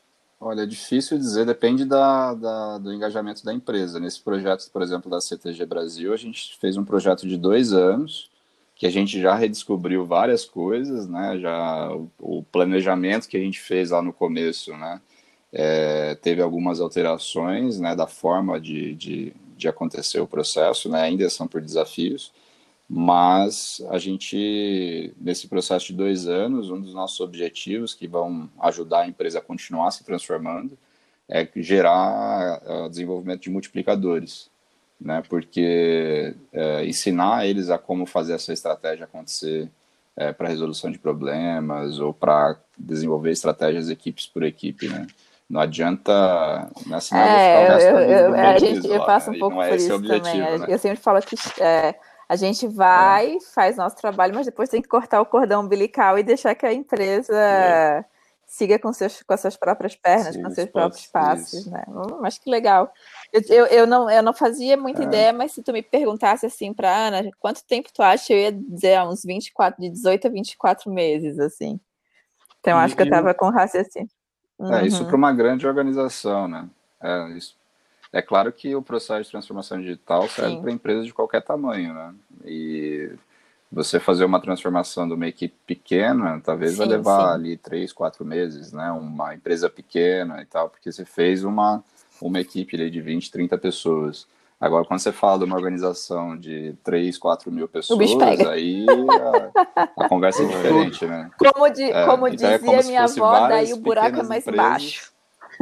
Olha, é difícil dizer, depende da, da- do engajamento da empresa. Nesse projeto, por exemplo, da C T G Brasil, a gente fez um projeto de dois anos, que a gente já redescobriu várias coisas, né? Já o, o planejamento que a gente fez lá no começo, né? É, teve algumas alterações, né? Da forma de, de, de acontecer o processo, né? Ainda são por desafios, mas a gente, nesse processo de dois anos, um dos nossos objetivos que vão ajudar a empresa a continuar se transformando é gerar uh, desenvolvimento de multiplicadores, né? Porque uh, ensinar eles a como fazer essa estratégia acontecer uh, para resolução de problemas ou para desenvolver estratégias equipes por equipe, né? Não adianta, né? Senão eu vou ficar o É, eu, resto da eu, vida eu, no a gente, prejuízo eu lá, passo né? um E pouco não é por esse o isso também. objetivo, né? Eu sempre falo que é, a gente É, vai, faz nosso trabalho, mas depois tem que cortar o cordão umbilical e deixar que a empresa É, siga com, seus, com as suas próprias pernas, com sim, seus próprios espaço, passos, isso. né? Hum, mas que legal. Eu, eu, eu não, eu não fazia muita é, ideia, mas se tu me perguntasse assim para Ana, quanto tempo tu acha? Eu ia dizer ah, uns vinte e quatro, de dezoito a vinte e quatro meses, assim. Então, E, acho que eu e o- estava com raciocínio. é isso para Uhum. uma grande organização, né? É, isso. É claro que o processo de transformação digital serve Sim, para empresas de qualquer tamanho, né? E você fazer uma transformação de uma equipe pequena, talvez vai sim, levar sim. ali três, quatro meses, né? Uma empresa pequena e tal, porque você fez uma, uma equipe ali de vinte, trinta pessoas. Agora, quando você fala de uma organização de três, quatro mil O bicho pessoas, pega. aí a, a conversa é É, diferente, né? Como, di, É, como então é como dizia se minha fosse avó, daí o várias buraco é pequenas mais embaixo. empresas.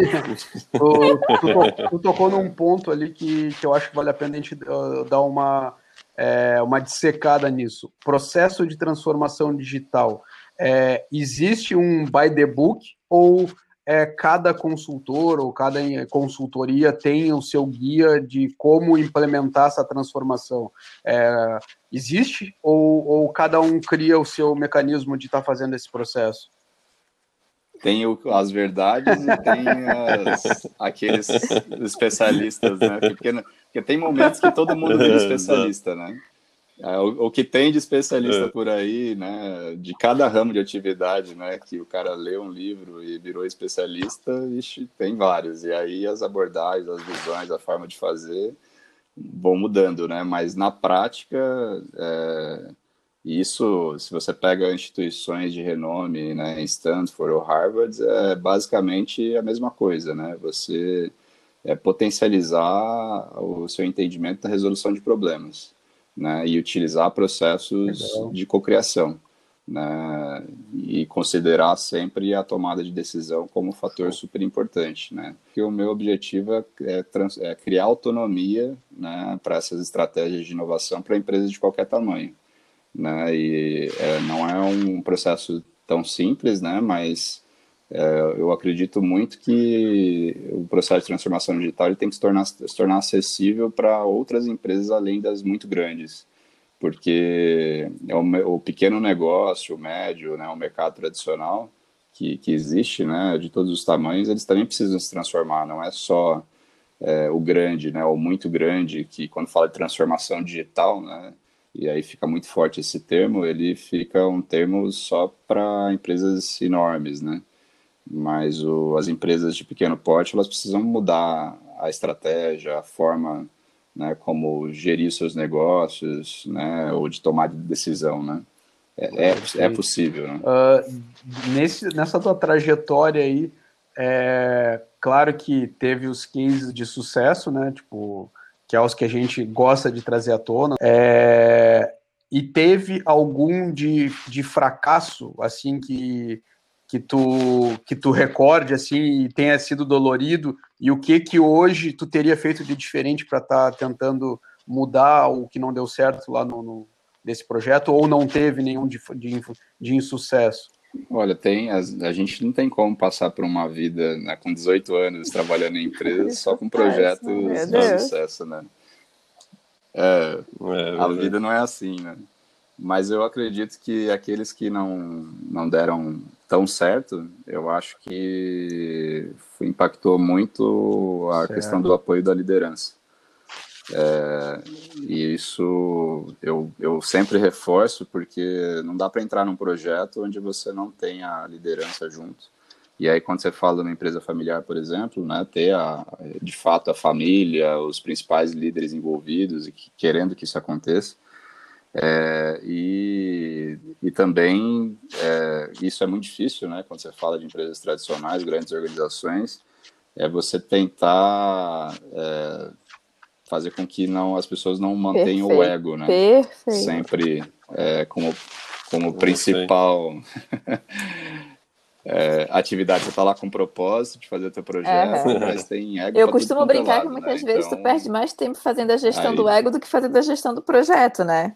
tu, tu to- tu tocou num ponto ali que, que eu acho que vale a pena a gente uh, dar uma, é, uma dissecada nisso. Processo de transformação digital. É, existe um by the book ou é, cada consultor ou cada consultoria tem o seu guia de como implementar essa transformação? É, existe ou, ou cada um cria o seu mecanismo de estar tá fazendo esse processo? Tem o, as verdades e tem as, aqueles especialistas, né? Porque, porque tem momentos que todo mundo vira exato. especialista, né? É, O, o que tem de especialista É, por aí, né? De cada ramo de atividade, né? Que o cara lê um livro e virou especialista, ixi, tem vários. E aí as abordagens, as visões, a forma de fazer vão mudando, né? Mas na prática, é, isso, se você pega instituições de renome, né, em Stanford ou Harvard, é basicamente a mesma coisa, né? Você é, potencializar o seu entendimento da resolução de problemas, né? E utilizar processos Legal. de cocriação, né? E considerar sempre a tomada de decisão como um fator super importante, né? Porque o meu objetivo é, é, trans, é criar autonomia, né, para essas estratégias de inovação para empresas de qualquer tamanho, né? E é, não é um processo tão simples, né? Mas é, eu acredito muito que o processo de transformação digital ele tem que se tornar, se tornar acessível para outras empresas além das muito grandes, porque é o, o pequeno negócio, o médio, né? O mercado tradicional que, que existe, né? De todos os tamanhos, eles também precisam se transformar. Não é só é, o grande, né, o muito grande, que quando fala de transformação digital, né, e aí fica muito forte esse termo, ele fica um termo só para empresas enormes, né, mas o, as empresas de pequeno porte, elas precisam mudar a estratégia, a forma, né, como gerir seus negócios, né, ou de tomar de decisão, né, é, é, é Perfeito. possível, né. Uh, nesse, nessa tua trajetória aí, é claro que teve os cases de sucesso, né? Tipo, que é os que a gente gosta de trazer à tona. É, e teve algum de, de fracasso, assim, que, que, tu, que tu recorde, assim, e tenha sido dolorido, e o que que hoje tu teria feito de diferente para estar tá tentando mudar o que não deu certo lá no, no desse projeto, ou não teve nenhum de, de, de insucesso? Olha, tem, a, a gente não tem como passar por uma vida, né, com dezoito anos trabalhando em empresas De só com sucesso, meu projetos de Deus. sucesso, né? É, é a verdade. vida não é assim, né? Mas eu acredito que aqueles que não, não deram tão certo, eu acho que foi- impactou muito a questão Certo. do apoio da liderança. É, e isso eu, eu sempre reforço, porque não dá para entrar num projeto onde você não tem a liderança junto. E aí, quando você fala de uma empresa familiar, por exemplo, né, ter, a, de fato, a família, os principais líderes envolvidos e que, querendo que isso aconteça. É, e, e também, é, isso é muito difícil, né, quando você fala de empresas tradicionais, grandes organizações, é você tentar é, fazer com que não, as pessoas não mantenham Perfeito. o ego, né, Perfeito. sempre é, como, como principal... É, atividade, você tá lá com o propósito de fazer o teu projeto, uhum. Mas tem ego. Eu costumo brincar lado, que muitas né? vezes então... tu perde mais tempo fazendo a gestão Aí... do ego do que fazendo a gestão do projeto, né?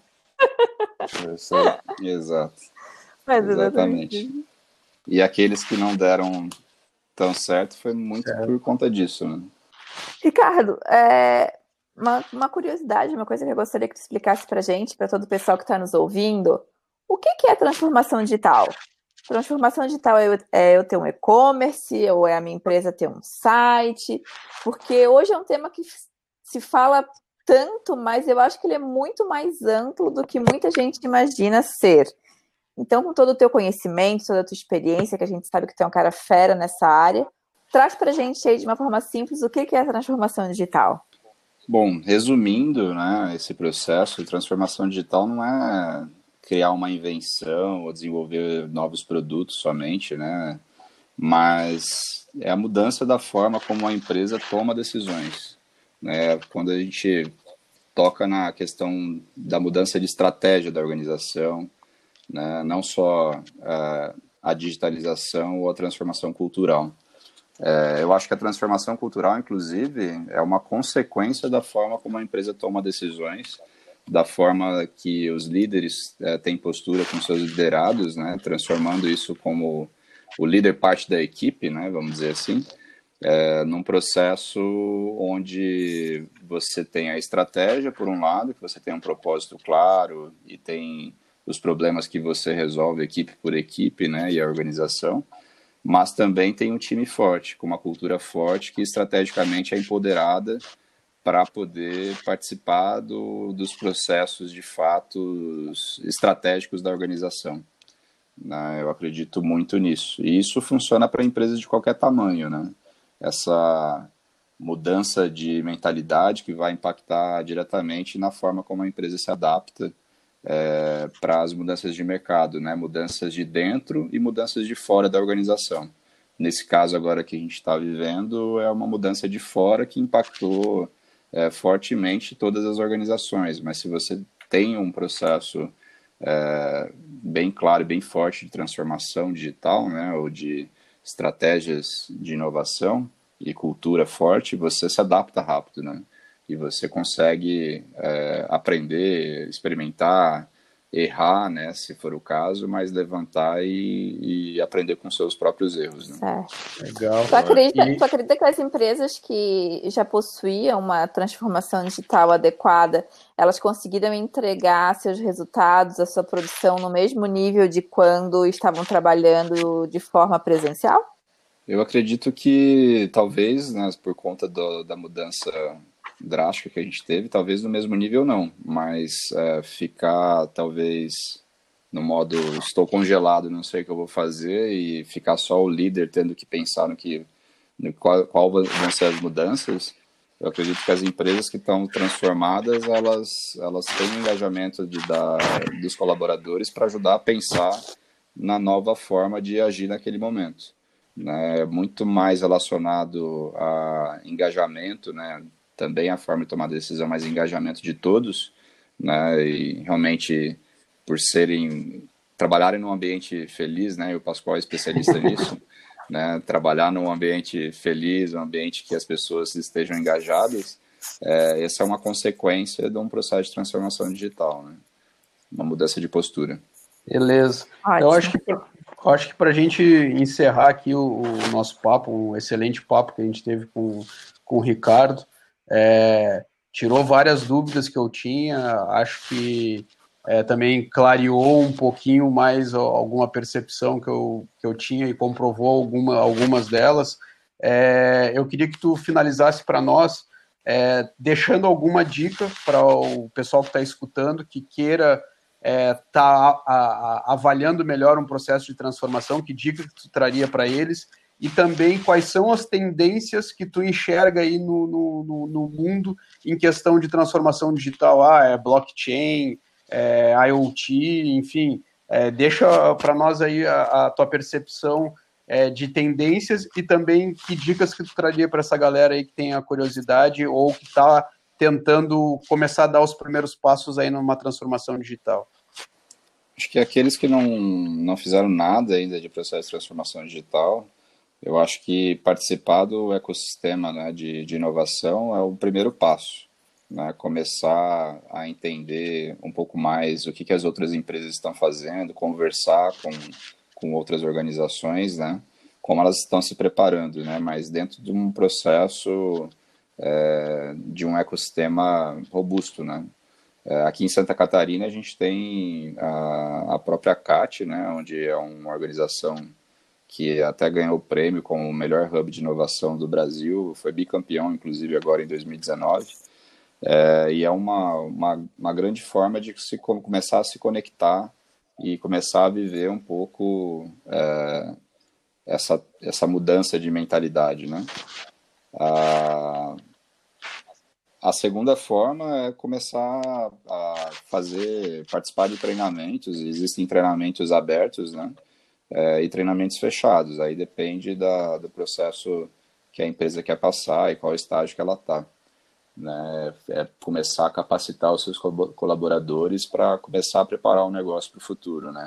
Exato. Mas exatamente. exatamente. E aqueles que não deram tão certo foi muito certo. Por conta disso, né? Ricardo, é... uma, uma curiosidade, uma coisa que eu gostaria que tu explicasse pra gente, para todo o pessoal que está nos ouvindo, o que, que é transformação digital? Transformação digital é eu, é eu ter um e-commerce, ou é a minha empresa ter um site? Porque hoje é um tema que se fala tanto, mas eu acho que ele é muito mais amplo do que muita gente imagina ser. Então, com todo o teu conhecimento, toda a tua experiência, que a gente sabe que tu é um cara fera nessa área, traz pra gente aí de uma forma simples o que é a transformação digital. Bom, resumindo, né, esse processo de transformação digital não é... criar uma invenção ou desenvolver novos produtos somente, né? Mas é a mudança da forma como a empresa toma decisões, né? Quando a gente toca na questão da mudança de estratégia da organização, né? Não só uh, a digitalização ou a transformação cultural. É, eu acho que a transformação cultural, inclusive, é uma consequência da forma como a empresa toma decisões, da forma que os líderes é, têm postura com seus liderados, né, transformando isso como o líder parte da equipe, né, vamos dizer assim, é, num processo onde você tem a estratégia, por um lado, que você tem um propósito claro e tem os problemas que você resolve equipe por equipe, né, e a organização, mas também tem um time forte, com uma cultura forte que estrategicamente é empoderada para poder participar do, dos processos, de fato, estratégicos da organização. Né? Eu acredito muito nisso. E isso funciona para empresas de qualquer tamanho, né? Essa mudança de mentalidade que vai impactar diretamente na forma como a empresa se adapta é, para as mudanças de mercado, né? Mudanças de dentro e mudanças de fora da organização. Nesse caso agora que a gente está vivendo, é uma mudança de fora que impactou É, fortemente todas as organizações, mas se você tem um processo é, bem claro e bem forte de transformação digital, né, ou de estratégias de inovação e cultura forte, você se adapta rápido, né, e você consegue é, aprender, experimentar, errar, né, se for o caso, mas levantar e, e aprender com seus próprios erros. Né? Certo. Legal. Tu acredita, e... tu acredita que as empresas que já possuíam uma transformação digital adequada, elas conseguiram entregar seus resultados, a sua produção no mesmo nível de quando estavam trabalhando de forma presencial? Eu acredito que talvez, né, por conta do, da mudança drástica que a gente teve, talvez no mesmo nível não, mas é, ficar talvez no modo estou congelado, não sei o que eu vou fazer e ficar só o líder tendo que pensar no que no qual, qual vão ser as mudanças. Eu acredito que as empresas que estão transformadas, elas, elas têm um engajamento de, da, dos colaboradores para ajudar a pensar na nova forma de agir naquele momento. Né? É muito mais relacionado a engajamento, né? Também a forma de tomar decisão, mas engajamento de todos, né? E realmente por serem, trabalharem num ambiente feliz, né? E o Pascoal é especialista nisso, né? Trabalhar num ambiente feliz, um ambiente que as pessoas estejam engajadas, é, essa é uma consequência de um processo de transformação digital, né? Uma mudança de postura. Beleza. Ótimo. Eu acho que eu acho que para a gente encerrar aqui o, o nosso papo, um excelente papo que a gente teve com, com o Ricardo, é, tirou várias dúvidas que eu tinha, acho que é, também clareou um pouquinho mais alguma percepção que eu, que eu tinha e comprovou alguma, algumas delas. É, eu queria que tu finalizasse para nós, é, deixando alguma dica para o pessoal que está escutando, que queira É, tá a, a, avaliando melhor um processo de transformação, que dica que tu traria para eles, e também quais são as tendências que tu enxerga aí no, no, no mundo em questão de transformação digital. Ah, é blockchain, é IoT, enfim, é, deixa para nós aí a, a tua percepção é, de tendências e também que dicas que tu traria para essa galera aí que tem a curiosidade ou que está tentando começar a dar os primeiros passos aí numa transformação digital. Acho que aqueles que não, não fizeram nada ainda de processo de transformação digital, eu acho que participar do ecossistema, né, de, de inovação é o primeiro passo. Né, começar a entender um pouco mais o que, que as outras empresas estão fazendo, conversar com, com outras organizações, né, como elas estão se preparando, né, mas dentro de um processo é, de um ecossistema robusto, né. Aqui em Santa Catarina a gente tem a, a própria C A T, né, onde é uma organização que até ganhou o prêmio como o melhor hub de inovação do Brasil, foi bicampeão, inclusive, agora em dois mil e dezenove. É, e é uma, uma, uma grande forma de se, começar a se conectar e começar a viver um pouco é, essa, essa mudança de mentalidade, né? A, a segunda forma é começar a fazer, participar de treinamentos. Existem treinamentos abertos, né? É, e treinamentos fechados. Aí depende da, do processo que a empresa quer passar e qual estágio que ela está. Né, é começar a capacitar os seus colaboradores para começar a preparar um negócio para o futuro, né?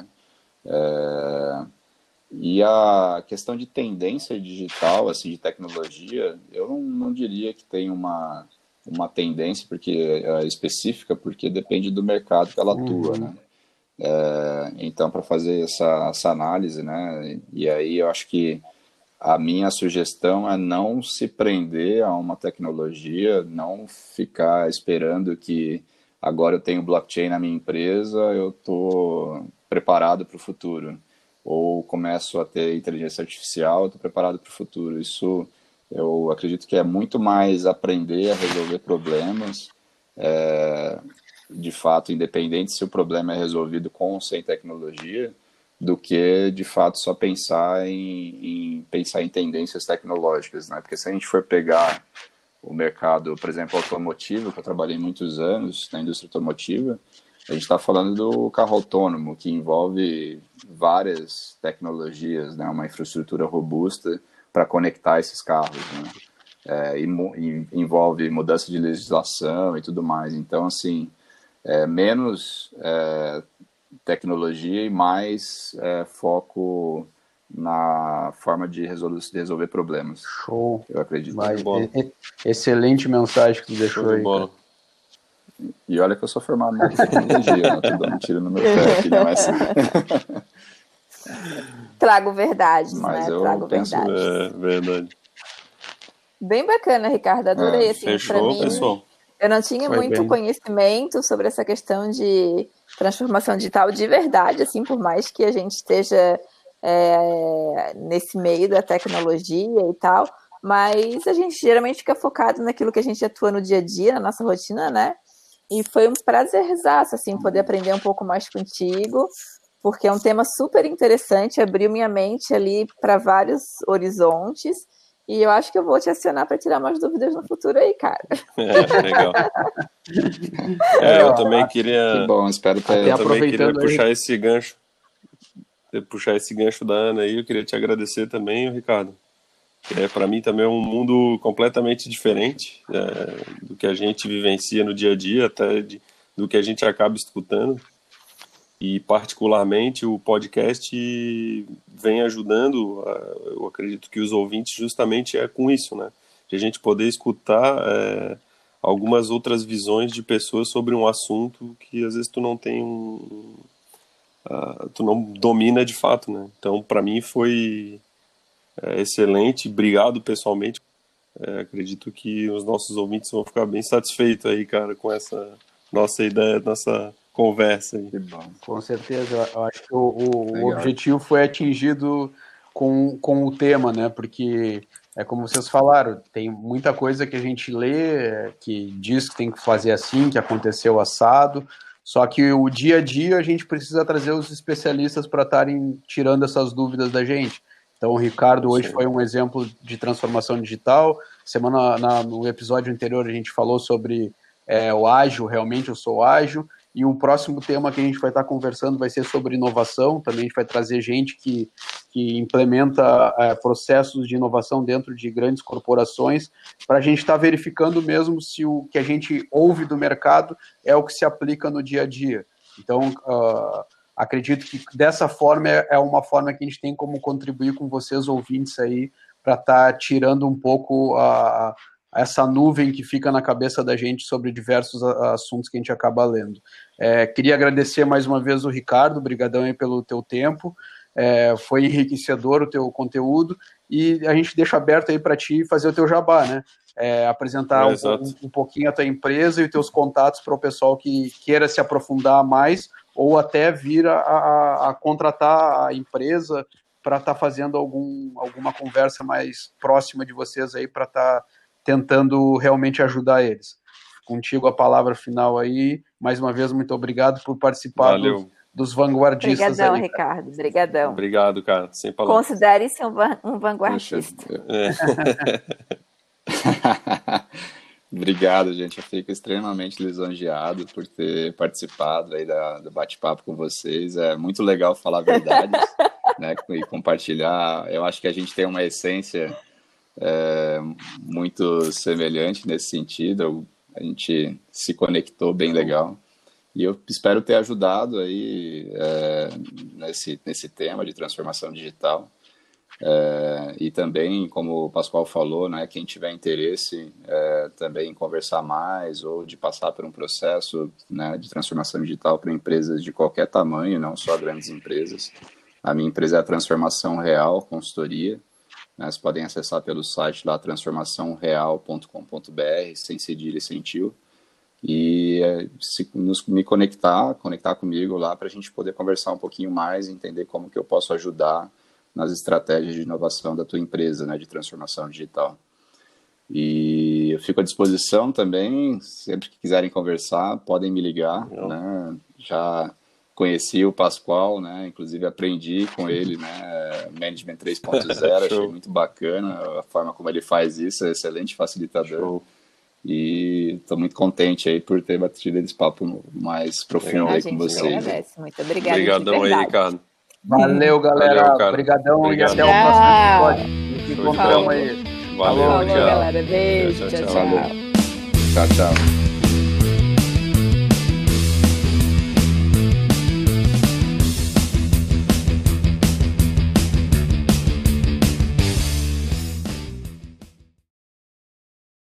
É, e a questão de tendência digital, assim, de tecnologia, eu não, não diria que tem uma, uma tendência porque, é, específica, porque depende do mercado que ela atua, uhum. né? É, então, para fazer essa, essa análise, né? E aí eu acho que a minha sugestão é não se prender a uma tecnologia, não ficar esperando que agora eu tenho blockchain na minha empresa, eu estou preparado para o futuro. Ou começo a ter inteligência artificial, eu estou preparado para o futuro. Isso eu acredito que é muito mais aprender a resolver problemas, é, de fato, independente se o problema é resolvido com ou sem tecnologia, do que, de fato, só pensar em, em, pensar em tendências tecnológicas, né? Porque se a gente for pegar o mercado, por exemplo, automotivo, que eu trabalhei muitos anos na indústria automotiva, a gente está falando do carro autônomo, que envolve várias tecnologias, né? Uma infraestrutura robusta para conectar esses carros, né? É, e, e envolve mudança de legislação e tudo mais. Então, assim, é, menos... É, tecnologia e mais é, foco na forma de resolver, de resolver problemas. Show. Eu acredito. Mas, é, excelente mensagem que tu deixou Show aí. Bola. E olha que eu sou formado em tecnologia, né? Tô dando um tiro no meu pé aqui, né? Mas... Trago verdades, Mas né? Eu Trago penso... verdades. É verdade. Bem bacana, Ricardo. Adorei. É, assim, fechou, mim, pessoal. Eu não tinha Foi muito bem. conhecimento sobre essa questão de transformação digital de verdade, assim, por mais que a gente esteja é, nesse meio da tecnologia e tal, mas a gente geralmente fica focado naquilo que a gente atua no dia a dia, na nossa rotina, né? E foi um prazerzaço, assim, poder aprender um pouco mais contigo, porque é um tema super interessante, abriu minha mente ali para vários horizontes. E eu acho que eu vou te acionar para tirar mais dúvidas no futuro aí, cara. É, legal. É, eu também queria... Que bom, espero ter... Eu também queria puxar esse gancho, puxar esse gancho da Ana aí, eu queria te agradecer também, Ricardo. É, para mim também é um mundo completamente diferente é, do que a gente vivencia no dia a dia, até de, do que a gente acaba escutando. E, particularmente, o podcast vem ajudando, eu acredito que os ouvintes, justamente é com isso, né? De a gente poder escutar é, algumas outras visões de pessoas sobre um assunto que, às vezes, tu não tem um... Uh, tu não domina de fato, né? Então, para mim, foi é, excelente. Obrigado, pessoalmente. É, acredito que os nossos ouvintes vão ficar bem satisfeitos aí, cara, com essa nossa ideia, nossa... conversa aí. Com certeza, eu acho que o, o, o objetivo foi atingido com, com o tema, né? Porque é como vocês falaram, tem muita coisa que a gente lê que diz que tem que fazer assim, que aconteceu assado, só que o dia a dia a gente precisa trazer os especialistas para estarem tirando essas dúvidas da gente. Então, o Ricardo hoje foi um exemplo de transformação digital. Semana, na, no episódio anterior, a gente falou sobre é, o ágil, realmente eu sou ágil. E o próximo tema que a gente vai estar conversando vai ser sobre inovação. Também a gente vai trazer gente que, que implementa é, processos de inovação dentro de grandes corporações, para a gente estar verificando mesmo se o que a gente ouve do mercado é o que se aplica no dia a dia. Então, uh, acredito que dessa forma é, é uma forma que a gente tem como contribuir com vocês, ouvintes aí, para estar tirando um pouco a... essa nuvem que fica na cabeça da gente sobre diversos assuntos que a gente acaba lendo. É, queria agradecer mais uma vez o Ricardo, brigadão aí pelo teu tempo, é, foi enriquecedor o teu conteúdo, e a gente deixa aberto aí para ti fazer o teu jabá, né? É, apresentar é, um, um, um pouquinho a tua empresa e os teus contatos para o pessoal que queira se aprofundar mais, ou até vir a, a, a contratar a empresa para estar tá fazendo algum, alguma conversa mais próxima de vocês aí, para estar tá tentando realmente ajudar eles. Contigo a palavra final aí. Mais uma vez, muito obrigado por participar do, dos vanguardistas. Obrigadão, aí, Ricardo. Obrigadão. Obrigado, cara. Sem palavras. Considere-se um, um vanguardista. É. Obrigado, gente. Eu fico extremamente lisonjeado por ter participado aí da, do bate-papo com vocês. É muito legal falar verdades, né, e compartilhar. Eu acho que a gente tem uma essência É, muito semelhante nesse sentido. A gente se conectou bem legal e eu espero ter ajudado aí é, nesse, nesse tema de transformação digital, é, e também, como o Pascoal falou, né, quem tiver interesse é, também em conversar mais ou de passar por um processo, né, de transformação digital para empresas de qualquer tamanho, não só grandes empresas. A minha empresa é a Transformação Real Consultoria. Né, vocês podem acessar pelo site lá, transformação real ponto com ponto b r, sem cedilha e sem tio, e se, nos, me conectar, conectar comigo lá para a gente poder conversar um pouquinho mais, entender como que eu posso ajudar nas estratégias de inovação da tua empresa, né, de transformação digital. E eu fico à disposição também, sempre que quiserem conversar, podem me ligar, né, já... Conheci o Pascoal, né? Inclusive aprendi com ele, né? Management três ponto zero, achei muito bacana a forma como ele faz isso, é excelente facilitador. Show. E estou muito contente aí por ter batido esse papo mais profundo aí com vocês. Agradece. Muito obrigada. Obrigadão aí, Ricardo. Valeu, galera. Valeu, Obrigadão. Obrigado. E até o próximo episódio. Nos encontramos aí. Valeu, Falou, galera. Beijo. Tchau, tchau. Tchau, tchau.